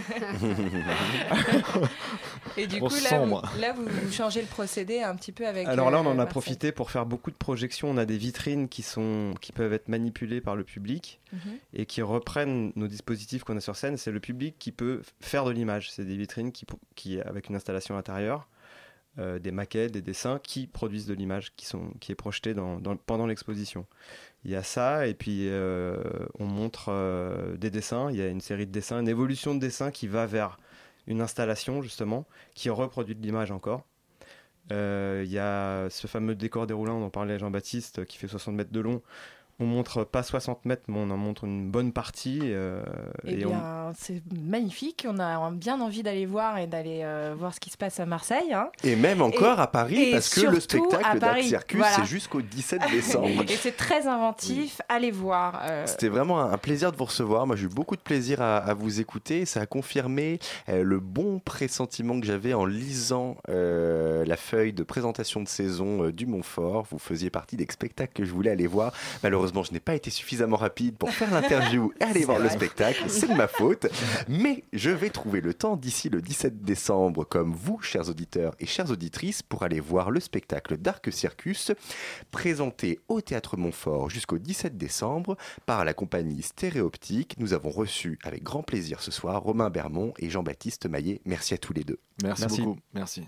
Et du coup, là, vous changez le procédé un petit peu avec... Alors là, on en a profité pour faire beaucoup de projections. On a des vitrines qui peuvent être manipulées par le public et qui reprennent nos dispositifs qu'on a sur scène. C'est le public qui peut faire de l'image. C'est des vitrines qui avec une installation intérieure, des maquettes, des dessins qui produisent de l'image qui est projetée pendant l'exposition. Il y a ça, et puis on montre des dessins. Il y a une série de dessins, une évolution de dessins qui va vers une installation, justement, qui reproduit de l'image encore. Il y a ce fameux décor déroulant dont parlait Jean-Baptiste, qui fait 60 mètres de long, On montre pas 60 mètres, mais on en montre une bonne partie. C'est magnifique. On a bien envie d'aller voir et d'aller voir ce qui se passe à Marseille. Hein. Et même encore à Paris, parce que le spectacle Dark Circus, c'est jusqu'au 17 décembre. Et c'est très inventif. Allez voir. C'était vraiment un plaisir de vous recevoir. Moi, j'ai eu beaucoup de plaisir à vous écouter. Ça a confirmé le bon pressentiment que j'avais en lisant la feuille de présentation de saison du Montfort. Vous faisiez partie des spectacles que je voulais aller voir. Malheureusement, je n'ai pas été suffisamment rapide pour faire l'interview et aller voir le spectacle. C'est de ma faute. Mais je vais trouver le temps d'ici le 17 décembre, comme vous, chers auditeurs et chères auditrices, pour aller voir le spectacle Dark Circus, présenté au Théâtre Montfort jusqu'au 17 décembre par la compagnie Stéréoptique. Nous avons reçu avec grand plaisir ce soir Romain Bermond et Jean-Baptiste Maillet. Merci à tous les deux. Merci beaucoup. Merci.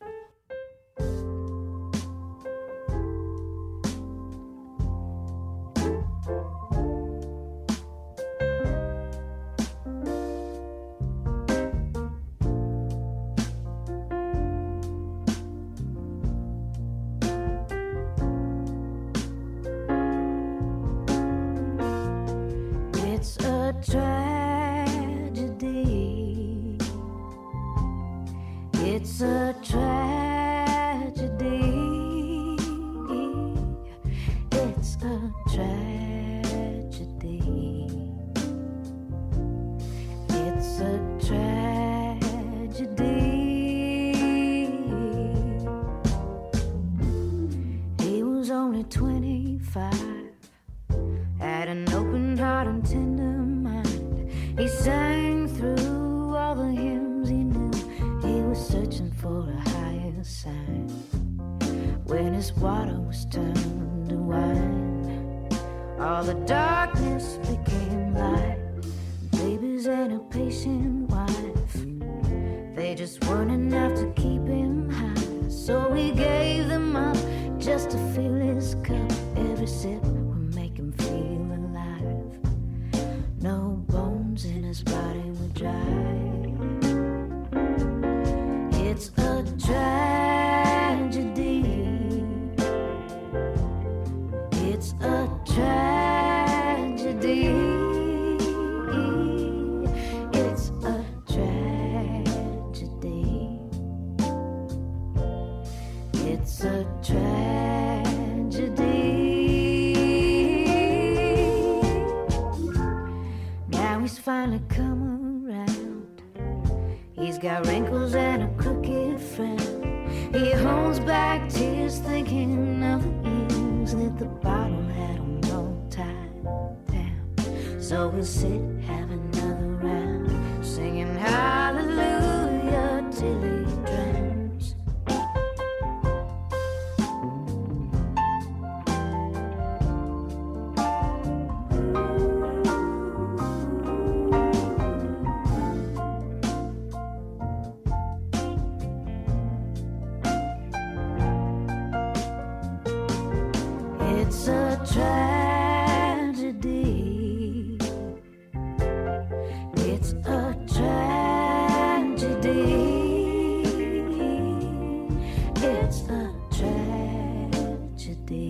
It's a tragedy. It's a tragedy. It's a tragedy. It's a tragedy. He was only 25. Had an open heart and tender mind. He sang through all the hymns he knew. He was searching for a higher sign. When his water was turned to wine, all the darkness became light. Babies and a patient wife, they just weren't enough to keep him high. So he gave them up just to fill his cup. Every sip would make him feel alive. No bones in his body were dry. It's a tragedy. It's a tragedy. It's a tragedy. It's a tragedy. Now he's finally come around. He's got wrinkles and a crooked frown. He holds back tears thinking of the years that the bottle had him all tied down. So we'll sit, have another round, singing hallelujah till he drowns. It's a tragedy. It's a tragedy. It's a tragedy.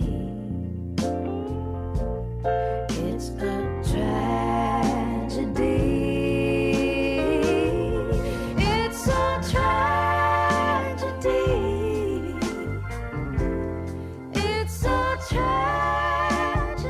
It's a tragedy. It's a tragedy. It's a tragedy.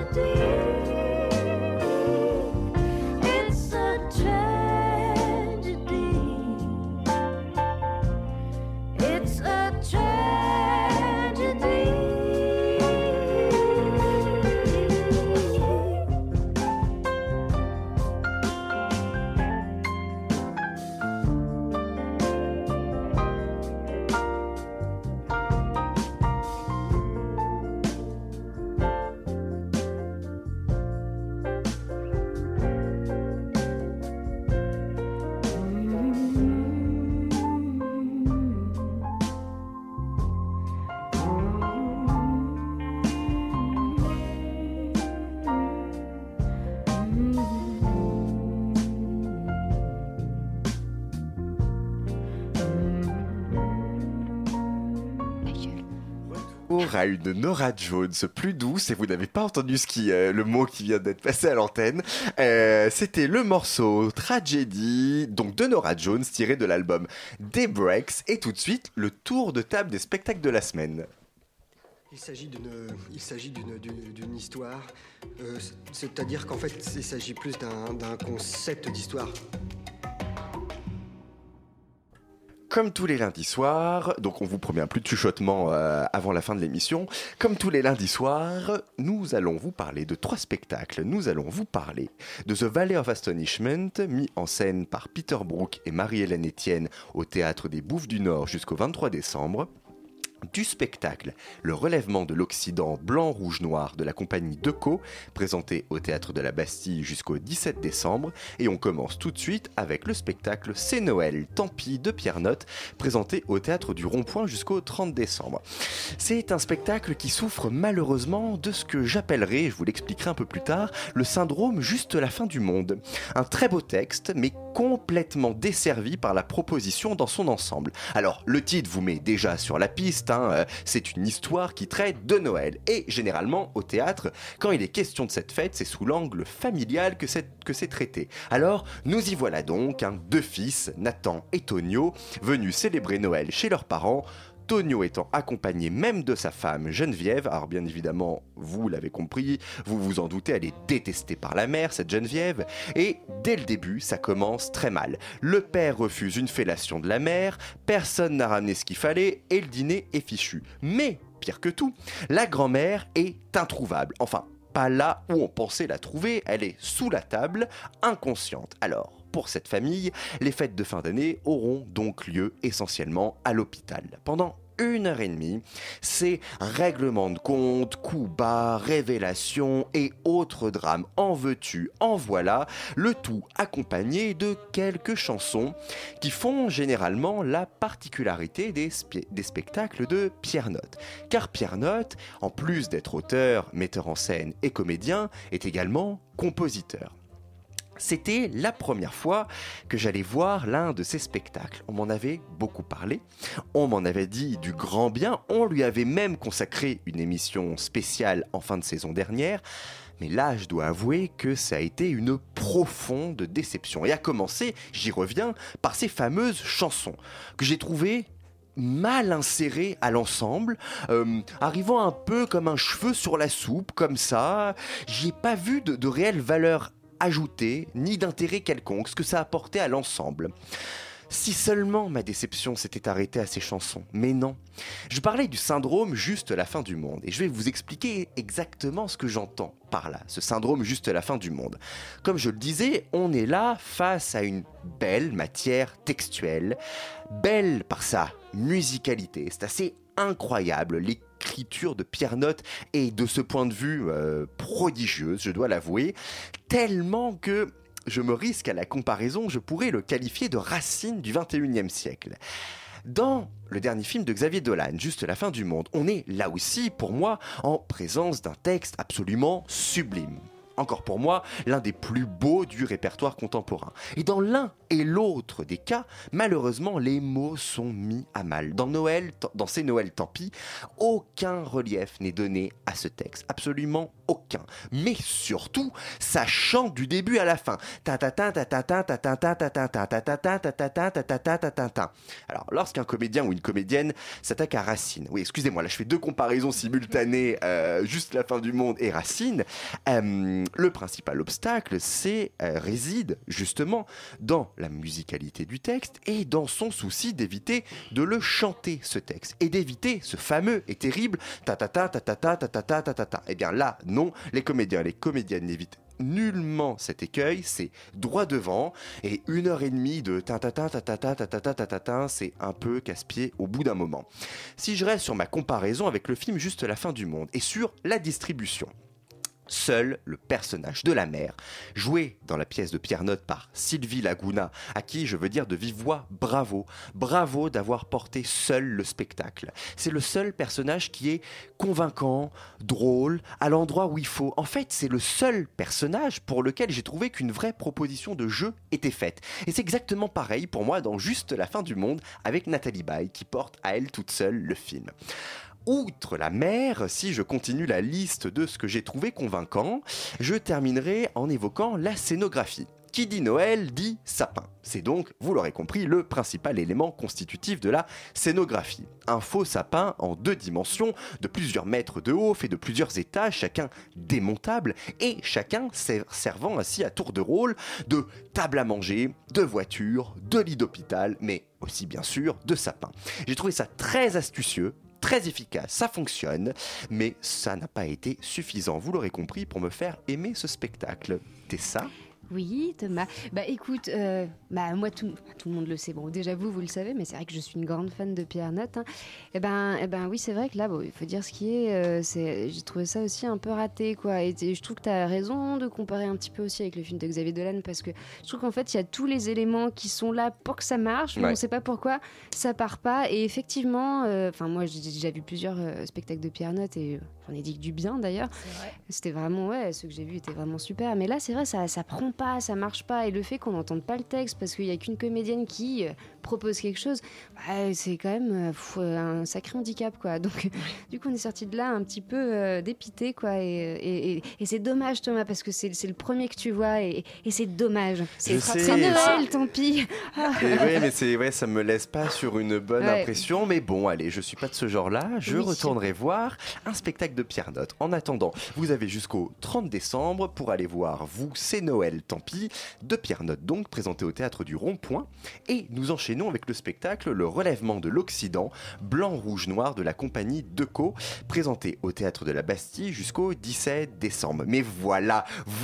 À une Norah Jones plus douce, et vous n'avez pas entendu le mot qui vient d'être passé à l'antenne. C'était le morceau Tragedy, donc de Norah Jones, tiré de l'album Daybreaks, et tout de suite le tour de table des spectacles de la semaine. Il s'agit d'une histoire, c'est-à-dire qu'en fait il s'agit plus d'un concept d'histoire. Comme tous les lundis soirs, donc on vous promet un plus de chuchotement avant la fin de l'émission, comme tous les lundis soirs, nous allons vous parler de 3 spectacles. Nous allons vous parler de The Valley of Astonishment, mis en scène par Peter Brook et Marie-Hélène Etienne au Théâtre des Bouffes du Nord jusqu'au 23 décembre. Du spectacle Le Relèvement de l'Occident blanc-rouge-noir de la compagnie Decaux, présenté au Théâtre de la Bastille jusqu'au 17 décembre. Et on commence tout de suite avec le spectacle C'est Noël, tant pis de Pierre Notte, présenté au Théâtre du Rond-Point jusqu'au 30 décembre. C'est un spectacle qui souffre malheureusement de ce que j'appellerai, je vous l'expliquerai un peu plus tard, le syndrome juste la fin du monde. Un très beau texte, mais complètement desservi par la proposition dans son ensemble. Alors, le titre vous met déjà sur la piste. C'est une histoire qui traite de Noël. Et généralement, au théâtre, quand il est question de cette fête, c'est sous l'angle familial que c'est traité. Alors, nous y voilà donc, 2 fils, Nathan et Tonio, venus célébrer Noël chez leurs parents. Tonio étant accompagné même de sa femme Geneviève. Alors bien évidemment, vous l'avez compris, vous vous en doutez, elle est détestée par la mère, cette Geneviève. Et dès le début, ça commence très mal. Le père refuse une fellation de la mère, personne n'a ramené ce qu'il fallait et le dîner est fichu. Mais, pire que tout, la grand-mère est introuvable. Enfin, pas là où on pensait la trouver, elle est sous la table, inconsciente. Alors, pour cette famille, les fêtes de fin d'année auront donc lieu essentiellement à l'hôpital. Pendant 1h30, c'est règlement de compte, coups bas, révélations et autres drames. En veux-tu, en voilà, le tout accompagné de quelques chansons qui font généralement la particularité des spectacles de Pierre Notte. Car Pierre Notte, en plus d'être auteur, metteur en scène et comédien, est également compositeur. C'était la première fois que j'allais voir l'un de ces spectacles. On m'en avait beaucoup parlé, on m'en avait dit du grand bien, on lui avait même consacré une émission spéciale en fin de saison dernière. Mais là, je dois avouer que ça a été une profonde déception. Et à commencer, j'y reviens, par ces fameuses chansons que j'ai trouvées mal insérées à l'ensemble, arrivant un peu comme un cheveu sur la soupe, comme ça. J'ai pas vu de réelle valeur ajoutée, ni d'intérêt quelconque, ce que ça apportait à l'ensemble. Si seulement ma déception s'était arrêtée à ces chansons, mais non. Je parlais du syndrome juste la fin du monde, et je vais vous expliquer exactement ce que j'entends par là, ce syndrome juste la fin du monde. Comme je le disais, on est là face à une belle matière textuelle, belle par sa musicalité, c'est assez incroyable, l'écriture de Pierre Notte est de ce point de vue prodigieuse, je dois l'avouer, tellement que je me risque à la comparaison, je pourrais le qualifier de Racine du XXIe siècle. Dans le dernier film de Xavier Dolan, Juste la fin du monde, on est là aussi, pour moi, en présence d'un texte absolument sublime. Encore pour moi, l'un des plus beaux du répertoire contemporain. Et dans l'un et l'autre des cas, malheureusement, les mots sont mis à mal. Dans ces Noël tant pis, aucun relief n'est donné à ce texte. Absolument aucun. Mais surtout, ça chante du début à la fin. Alors, lorsqu'un comédien ou une comédienne s'attaque à Racine, oui, excusez-moi, là je fais 2 comparaisons simultanées, Juste la fin du monde et Racine, le principal obstacle réside justement dans la musicalité du texte et dans son souci d'éviter de le chanter, ce texte, et d'éviter ce fameux et terrible ta-ta-ta-ta-ta-ta-ta-ta-ta-ta. Eh bien là, non, les comédiens et les comédiennes n'évitent nullement cet écueil, c'est droit devant, et 1h30 de ta-ta-ta-ta-ta-ta-ta-ta-ta-ta, c'est un peu casse-pied au bout d'un moment. Si je reste sur ma comparaison avec le film Juste la fin du monde et sur la distribution, seul le personnage de la mère, joué dans la pièce de Pierre Notte par Sylvie Laguna, à qui je veux dire de vive voix bravo, bravo d'avoir porté seul le spectacle. C'est le seul personnage qui est convaincant, drôle, à l'endroit où il faut. En fait, c'est le seul personnage pour lequel j'ai trouvé qu'une vraie proposition de jeu était faite. Et c'est exactement pareil pour moi dans Juste la fin du monde avec Nathalie Baye qui porte à elle toute seule le film. Outre la mer, si je continue la liste de ce que j'ai trouvé convaincant, je terminerai en évoquant la scénographie. Qui dit Noël dit sapin. C'est donc, vous l'aurez compris, le principal élément constitutif de la scénographie. Un faux sapin en 2 dimensions, de plusieurs mètres de haut, fait de plusieurs étages, chacun démontable, et chacun servant ainsi à tour de rôle de table à manger, de voiture, de lit d'hôpital, mais aussi bien sûr de sapin. J'ai trouvé ça très astucieux, très efficace, ça fonctionne, mais ça n'a pas été suffisant, vous l'aurez compris, pour me faire aimer ce spectacle. Tessa ? Oui, Thomas. Écoute, moi, tout le monde le sait. Bon, déjà, vous le savez, mais c'est vrai que je suis une grande fan de Pierre Notte. Hein. Oui, c'est vrai que là, il faut dire ce qui est. J'ai trouvé ça aussi un peu raté, quoi. Et je trouve que tu as raison de comparer un petit peu aussi avec le film de Xavier Dolan, parce que je trouve qu'en fait, il y a tous les éléments qui sont là pour que ça marche, mais on ne sait pas pourquoi ça part pas. Et effectivement, moi, j'ai déjà vu plusieurs spectacles de Pierre Notte et j'en ai dit que du bien, d'ailleurs. C'était vraiment, ceux que j'ai vus étaient vraiment super. Mais là, c'est vrai, ça prend pas, ça marche pas, et le fait qu'on n'entende pas le texte parce qu'il n'y a qu'une comédienne qui propose quelque chose, c'est quand même un sacré handicap, quoi. Donc du coup on est sorti de là un petit peu dépité, quoi, et c'est dommage, Thomas, parce que c'est le premier que tu vois, et c'est dommage. C'est Noël, tant pis. Oui, mais ça me laisse pas sur une bonne impression, mais bon, allez, je suis pas de ce genre-là, je retournerai voir un spectacle de Pierre Notte. En attendant, vous avez jusqu'au 30 décembre pour aller voir C'est Noël, tant pis, de Pierre Notte, donc présenté au Théâtre du Rond-Point, et nous enchaînons avec le spectacle Le Relèvement de l'Occident, blanc, rouge, noir de la compagnie Decaux, présenté au Théâtre de la Bastille jusqu'au 17 décembre. Mais voilà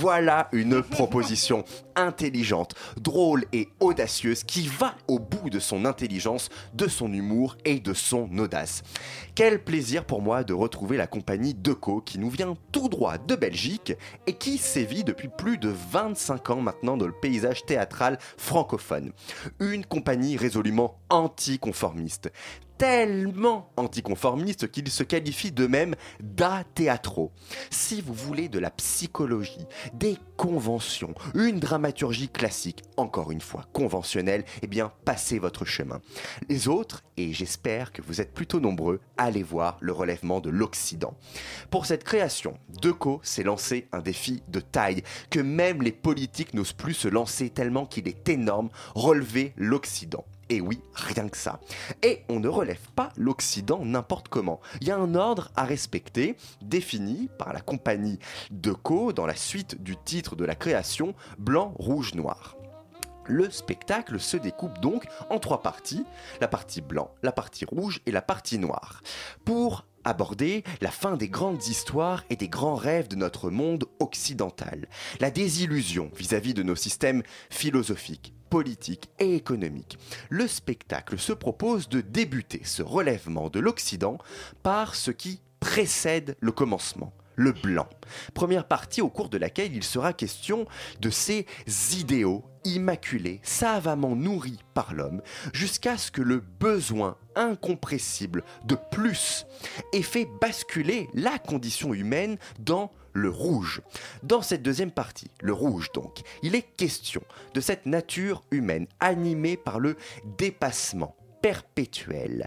une proposition intelligente, drôle et audacieuse qui va au bout de son intelligence, de son humour et de son audace. Quel plaisir pour moi de retrouver la compagnie Decaux qui nous vient tout droit de Belgique et qui sévit depuis plus de 25 ans maintenant dans le paysage théâtral francophone. Une compagnie résolument anticonformiste. Tellement anticonformiste qu'ils se qualifient d'eux-mêmes d'athéatraux. Si vous voulez de la psychologie, des conventions, une dramaturgie classique, encore une fois conventionnelle, passez votre chemin. Les autres, et j'espère que vous êtes plutôt nombreux, allez voir Le Relèvement de l'Occident. Pour cette création, Decaux s'est lancé un défi de taille que même les politiques n'osent plus se lancer tellement qu'il est énorme, relever l'Occident. Et oui, rien que ça. Et on ne relève pas l'Occident n'importe comment. Il y a un ordre à respecter, défini par la compagnie Decaux dans la suite du titre de la création, blanc, rouge, noir. Le spectacle se découpe donc en 3 parties, la partie blanc, la partie rouge et la partie noire. Pour aborder la fin des grandes histoires et des grands rêves de notre monde occidental, la désillusion vis-à-vis de nos systèmes philosophiques, politiques et économiques. Le spectacle se propose de débuter ce relèvement de l'Occident par ce qui précède le commencement. Le blanc. Première partie au cours de laquelle il sera question de ces idéaux immaculés, savamment nourris par l'homme, jusqu'à ce que le besoin incompressible de plus ait fait basculer la condition humaine dans le rouge. Dans cette deuxième partie, le rouge donc, il est question de cette nature humaine animée par le dépassement perpétuel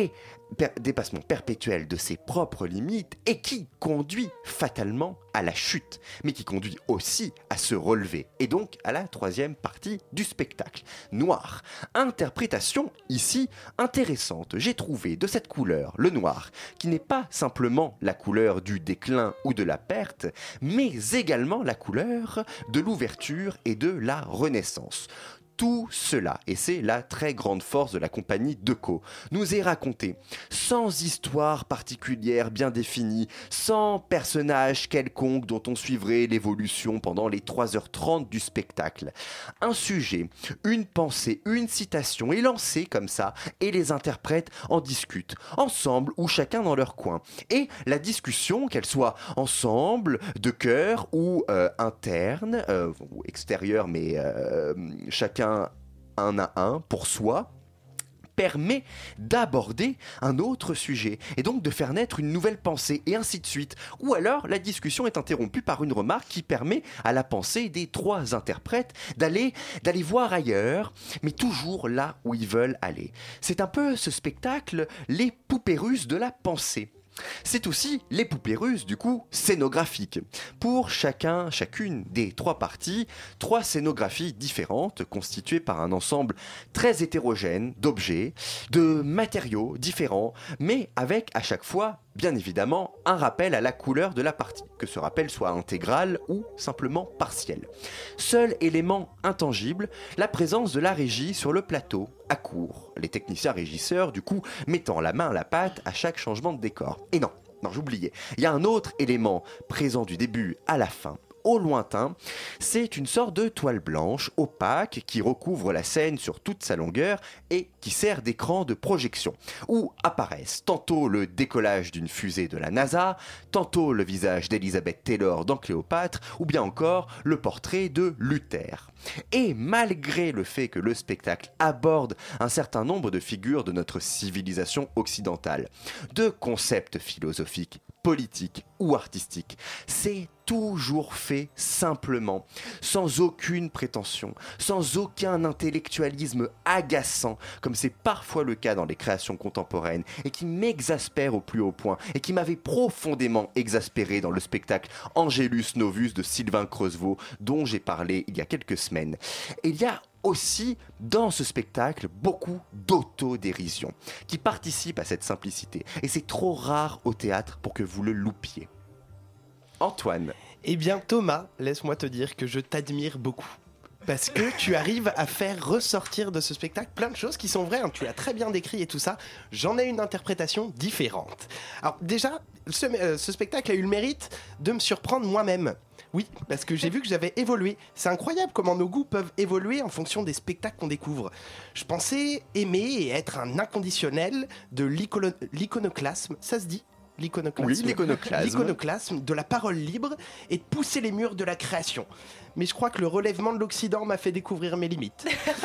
de ses propres limites et qui conduit fatalement à la chute, mais qui conduit aussi à se relever, et donc à la 3e partie du spectacle. Noir. Interprétation ici intéressante, j'ai trouvé de cette couleur, le noir, qui n'est pas simplement la couleur du déclin ou de la perte, mais également la couleur de l'ouverture et de la renaissance. Tout cela, et c'est la très grande force de la compagnie Decaux, nous est raconté sans histoire particulière bien définie, sans personnage quelconque dont on suivrait l'évolution pendant les 3h30 du spectacle. Un sujet, une pensée, une citation est lancée comme ça, et les interprètes en discutent, ensemble ou chacun dans leur coin. Et la discussion, qu'elle soit ensemble, de cœur ou interne, ou extérieure, mais chacun un à un pour soi, permet d'aborder un autre sujet et donc de faire naître une nouvelle pensée et ainsi de suite. Ou alors la discussion est interrompue par une remarque qui permet à la pensée des 3 interprètes d'aller voir ailleurs, mais toujours là où ils veulent aller. C'est un peu ce spectacle, les poupées russes de la pensée. C'est aussi les poupées russes, du coup, scénographiques. Pour chacune des 3 parties, 3 scénographies différentes, constituées par un ensemble très hétérogène d'objets, de matériaux différents, mais avec à chaque fois, bien évidemment, un rappel à la couleur de la partie, que ce rappel soit intégral ou simplement partiel. Seul élément intangible, la présence de la régie sur le plateau, à court. Les techniciens régisseurs, du coup, mettant la main à la pâte à chaque changement de décor. Et non, j'oubliais. Il y a un autre élément présent du début à la fin, au lointain. C'est une sorte de toile blanche opaque qui recouvre la scène sur toute sa longueur et qui sert d'écran de projection, où apparaissent tantôt le décollage d'une fusée de la NASA, tantôt le visage d'Elizabeth Taylor dans Cléopâtre, ou bien encore le portrait de Luther. Et malgré le fait que le spectacle aborde un certain nombre de figures de notre civilisation occidentale, de concepts philosophiques, politiques ou artistiques, c'est toujours fait simplement, sans aucune prétention, sans aucun intellectualisme agaçant, comme c'est parfois le cas dans les créations contemporaines, et qui m'exaspère au plus haut point, et qui m'avait profondément exaspéré dans le spectacle Angelus Novus de Sylvain Creusevaux, dont j'ai parlé il y a quelques semaines. Et il y a aussi dans ce spectacle beaucoup d'autodérision qui participe à cette simplicité, et c'est trop rare au théâtre pour que vous le loupiez. Antoine. Eh bien Thomas, laisse-moi te dire que je t'admire beaucoup. Parce que tu arrives à faire ressortir de ce spectacle plein de choses qui sont vraies, hein. Tu l'as très bien décrit et tout ça. J'en ai une interprétation différente. Alors déjà, ce spectacle a eu le mérite de me surprendre moi-même. Oui, parce que j'ai vu que j'avais évolué. C'est incroyable comment nos goûts peuvent évoluer en fonction des spectacles qu'on découvre. Je pensais aimer et être un inconditionnel de l'iconoclasme, ça se dit ? L'iconoclasme. Oui, l'iconoclasme. L'iconoclasme, de la parole libre et de pousser les murs de la création. Mais je crois que le relèvement de l'Occident m'a fait découvrir mes limites.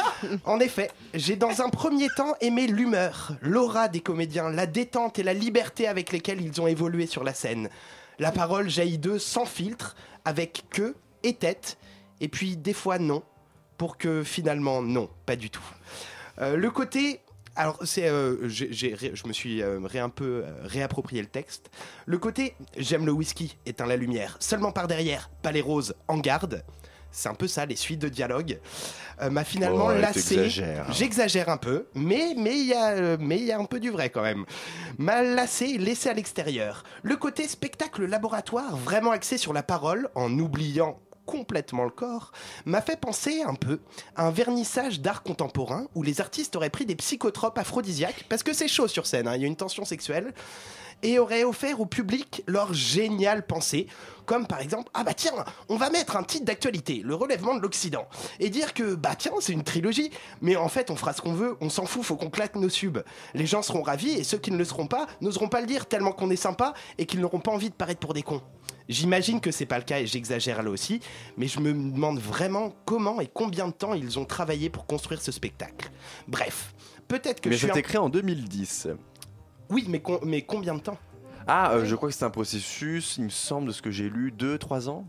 En effet, j'ai dans un premier temps aimé l'humeur, l'aura des comédiens, la détente et la liberté avec lesquelles ils ont évolué sur la scène. La parole jaillit d'eux sans filtre, avec queue et tête, et puis des fois non, pour que finalement non, pas du tout. Le côté... Alors, je me suis un peu réapproprié le texte. Le côté « j'aime le whisky, éteins la lumière, seulement par derrière, pas les roses, en garde », c'est un peu ça, les suites de dialogue, m'a finalement lassé. J'exagère un peu, mais il y a un peu du vrai quand même. M'a lassé, laissé à l'extérieur. Le côté spectacle laboratoire, vraiment axé sur la parole, en oubliant complètement le corps, m'a fait penser un peu à un vernissage d'art contemporain où les artistes auraient pris des psychotropes aphrodisiaques, parce que c'est chaud sur scène, hein, il y a une tension sexuelle, et auraient offert au public leur géniale pensée, comme par exemple, ah bah tiens, on va mettre un titre d'actualité, le relèvement de l'Occident, et dire que bah tiens, c'est une trilogie, mais en fait on fera ce qu'on veut, on s'en fout, faut qu'on claque nos subs. Les gens seront ravis, et ceux qui ne le seront pas, n'oseront pas le dire tellement qu'on est sympa, et qu'ils n'auront pas envie de paraître pour des cons. J'imagine que c'est pas le cas et j'exagère là aussi, mais je me demande vraiment comment et combien de temps ils ont travaillé pour construire ce spectacle. Bref, peut-être que mais je suis... Mais c'est créé en 2010. Oui, mais combien de temps ? Je crois que c'est un processus, il me semble, de ce que j'ai lu, 2-3 ans.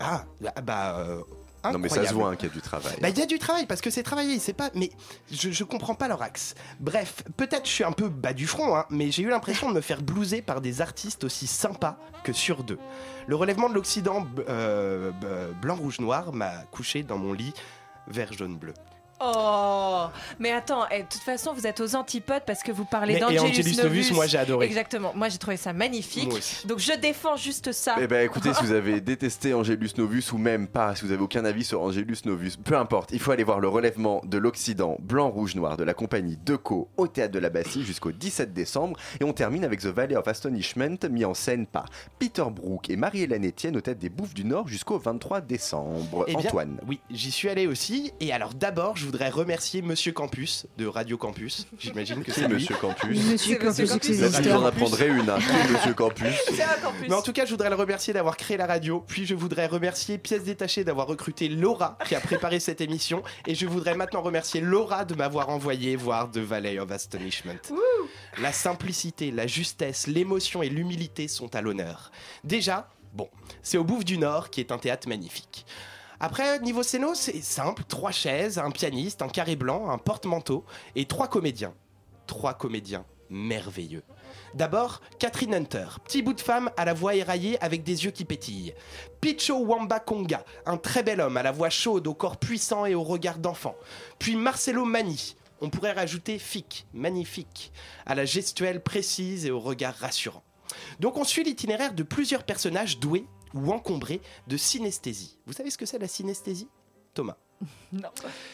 Incroyable. Non mais ça se voit qu'il y a du travail. Il y a du travail parce que c'est travaillé, c'est pas. Mais je comprends pas leur axe. Bref, peut-être je suis un peu bas du front, hein, mais j'ai eu l'impression de me faire blouser par des artistes aussi sympas que sur deux. Le relèvement de l'Occident blanc, rouge, noir m'a couché dans mon lit vert, jaune, bleu. Oh, mais attends, de toute façon, vous êtes aux antipodes parce que vous parlez d'Angelus Novus. Moi, j'ai adoré. Exactement. Moi, j'ai trouvé ça magnifique. Donc, je défends juste ça. Eh ben, écoutez, si vous avez détesté Angelus Novus ou même pas, si vous avez aucun avis sur Angelus Novus, peu importe, il faut aller voir le relèvement de l'Occident blanc, rouge, noir de la compagnie Decaux au Théâtre de la Bastille jusqu'au 17 décembre. Et on termine avec The Valley of Astonishment, mis en scène par Peter Brook et Marie-Hélène Etienne au Théâtre des Bouffes du Nord jusqu'au 23 décembre. Antoine. Oui, j'y suis allé aussi. Et alors, d'abord, je voudrais remercier Monsieur Campus de Radio Campus. J'imagine que c'est lui. Monsieur Campus. Monsieur Campus. Vous en apprendrez une. Monsieur Campus. C'est un campus. Mais en tout cas, je voudrais le remercier d'avoir créé la radio. Puis je voudrais remercier Pièces Détachées d'avoir recruté Laura qui a préparé cette émission. Et je voudrais maintenant remercier Laura de m'avoir envoyé voir The Valley of Astonishment. La simplicité, la justesse, l'émotion et l'humilité sont à l'honneur. Déjà, c'est au Bouffes du Nord qui est un théâtre magnifique. Après, niveau scéno, c'est simple, 3 chaises, un pianiste, un carré blanc, un porte-manteau et 3 comédiens. 3 comédiens merveilleux. D'abord, Catherine Hunter, petit bout de femme à la voix éraillée avec des yeux qui pétillent. Picho Wamba Konga, un très bel homme à la voix chaude, au corps puissant et au regard d'enfant. Puis Marcelo Mani, on pourrait rajouter Fic, magnifique, à la gestuelle précise et au regard rassurant. Donc on suit l'itinéraire de plusieurs personnages doués ou encombrés de synesthésie. Vous savez ce que c'est la synesthésie, Thomas ? Non.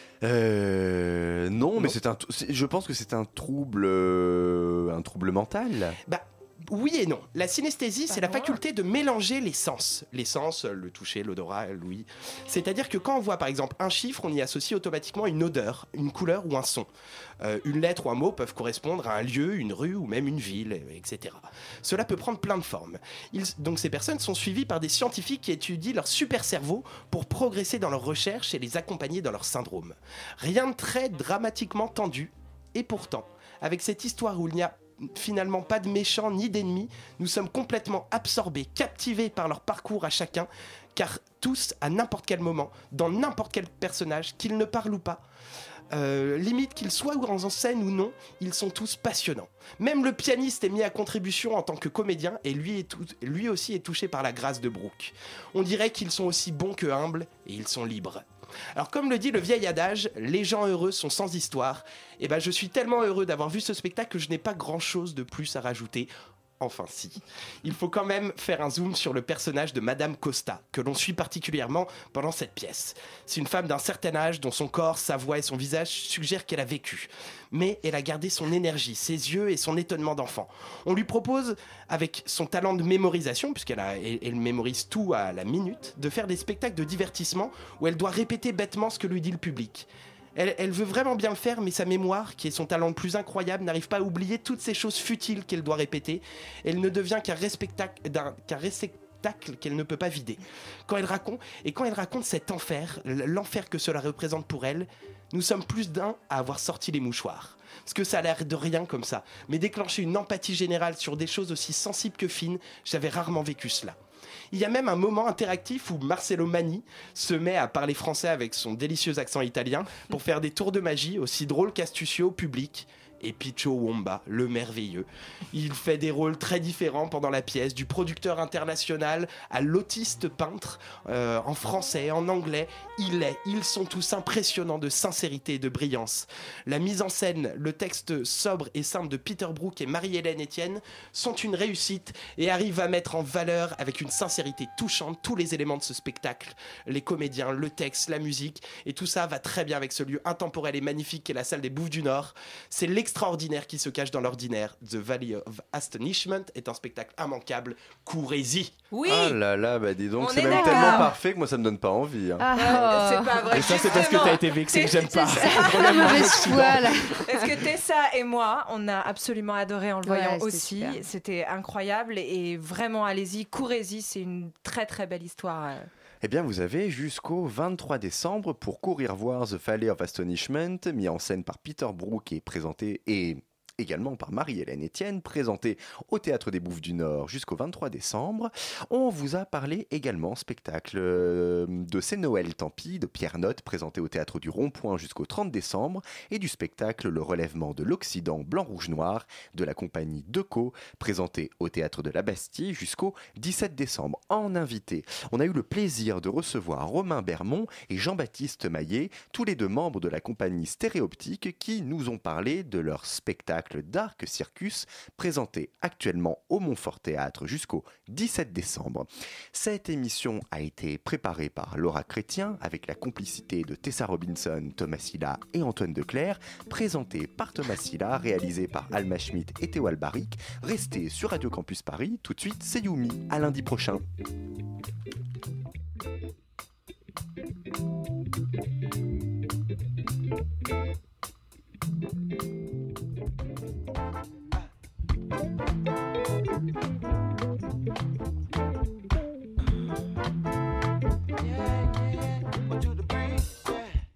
Non, mais je pense que c'est un trouble mental. Oui et non. La synesthésie, c'est la faculté de mélanger les sens. Les sens, le toucher, l'odorat, l'ouïe. C'est-à-dire que quand on voit par exemple un chiffre, on y associe automatiquement une odeur, une couleur ou un son. Une lettre ou un mot peuvent correspondre à un lieu, une rue ou même une ville, etc. Cela peut prendre plein de formes. Donc ces personnes sont suivies par des scientifiques qui étudient leur super cerveau pour progresser dans leurs recherches et les accompagner dans leur syndrome. Rien de très dramatiquement tendu. Et pourtant, avec cette histoire où il n'y a finalement pas de méchants ni d'ennemis, nous sommes complètement absorbés, captivés par leur parcours à chacun, car tous, à n'importe quel moment, dans n'importe quel personnage, qu'ils ne parlent ou pas, limite qu'ils soient en scène ou non, ils sont tous passionnants. Même le pianiste est mis à contribution en tant que comédien et lui aussi est touché par la grâce de Brooke. On dirait qu'ils sont aussi bons que humbles et ils sont libres. Alors comme le dit le vieil adage, les gens heureux sont sans histoire, et je suis tellement heureux d'avoir vu ce spectacle que je n'ai pas grand chose de plus à rajouter. Enfin si. Il faut quand même faire un zoom sur le personnage de Madame Costa, que l'on suit particulièrement pendant cette pièce. C'est une femme d'un certain âge dont son corps, sa voix et son visage suggèrent qu'elle a vécu. Mais elle a gardé son énergie, ses yeux et son étonnement d'enfant. On lui propose, avec son talent de mémorisation, puisqu'elle mémorise tout à la minute, de faire des spectacles de divertissement où elle doit répéter bêtement ce que lui dit le public. Elle veut vraiment bien le faire, mais sa mémoire, qui est son talent le plus incroyable, n'arrive pas à oublier toutes ces choses futiles qu'elle doit répéter. Elle ne devient qu'un réceptacle qu'elle ne peut pas vider. Quand elle raconte cet enfer, l'enfer que cela représente pour elle, nous sommes plus d'un à avoir sorti les mouchoirs. Parce que ça a l'air de rien comme ça, mais déclencher une empathie générale sur des choses aussi sensibles que fines, j'avais rarement vécu cela. Il y a même un moment interactif où Marcelo Mani se met à parler français avec son délicieux accent italien pour faire des tours de magie aussi drôles qu'astucieux au public. Et Picho Wamba, le merveilleux. Il fait des rôles très différents pendant la pièce, du producteur international à l'autiste peintre, en français, en anglais. Ils sont tous impressionnants de sincérité et de brillance. La mise en scène, le texte sobre et simple de Peter Brook et Marie-Hélène Etienne sont une réussite et arrivent à mettre en valeur avec une sincérité touchante tous les éléments de ce spectacle. Les comédiens, le texte, la musique, et tout ça va très bien avec ce lieu intemporel et magnifique qu'est la salle des Bouffes du Nord. C'est l'extraordinaire qui se cache dans l'ordinaire. The Valley of Astonishment est un spectacle immanquable. Courez-y. Oui. Ah là là, dis donc, c'est même tellement parfait que moi ça me donne pas envie. C'est pas vrai. Et ça, c'est parce que t'as été vexé que j'aime pas. La mauvaise foi, là. Parce que Tessa et moi, on a absolument adoré en le voyant aussi. Super. C'était incroyable et vraiment, allez-y, courez-y. C'est une très très belle histoire. Eh bien, vous avez jusqu'au 23 décembre pour courir voir The Valley of Astonishment, mis en scène par Peter Brook et présenté également par Marie-Hélène Etienne, présenté au Théâtre des Bouffes du Nord jusqu'au 23 décembre. On vous a parlé également spectacle de C'est Noël, tant pis, de Pierre Notte, présenté au Théâtre du Rond-Point jusqu'au 30 décembre, et du spectacle Le Relèvement de l'Occident blanc-rouge-noir de la compagnie Decaux, présenté au Théâtre de la Bastille jusqu'au 17 décembre. En invité, on a eu le plaisir de recevoir Romain Bermond et Jean-Baptiste Maillet, tous les deux membres de la compagnie Stéréoptique, qui nous ont parlé de leur spectacle Dark Circus, présenté actuellement au Montfort Théâtre jusqu'au 17 décembre. Cette émission a été préparée par Laura Chrétien avec la complicité de Tessa Robinson, Thomas Silla et Antoine Declercq, présentée par Thomas Silla, réalisée par Alma Schmidt et Théo Albaric. Restez sur Radio Campus Paris, tout de suite c'est Yumi, à lundi prochain.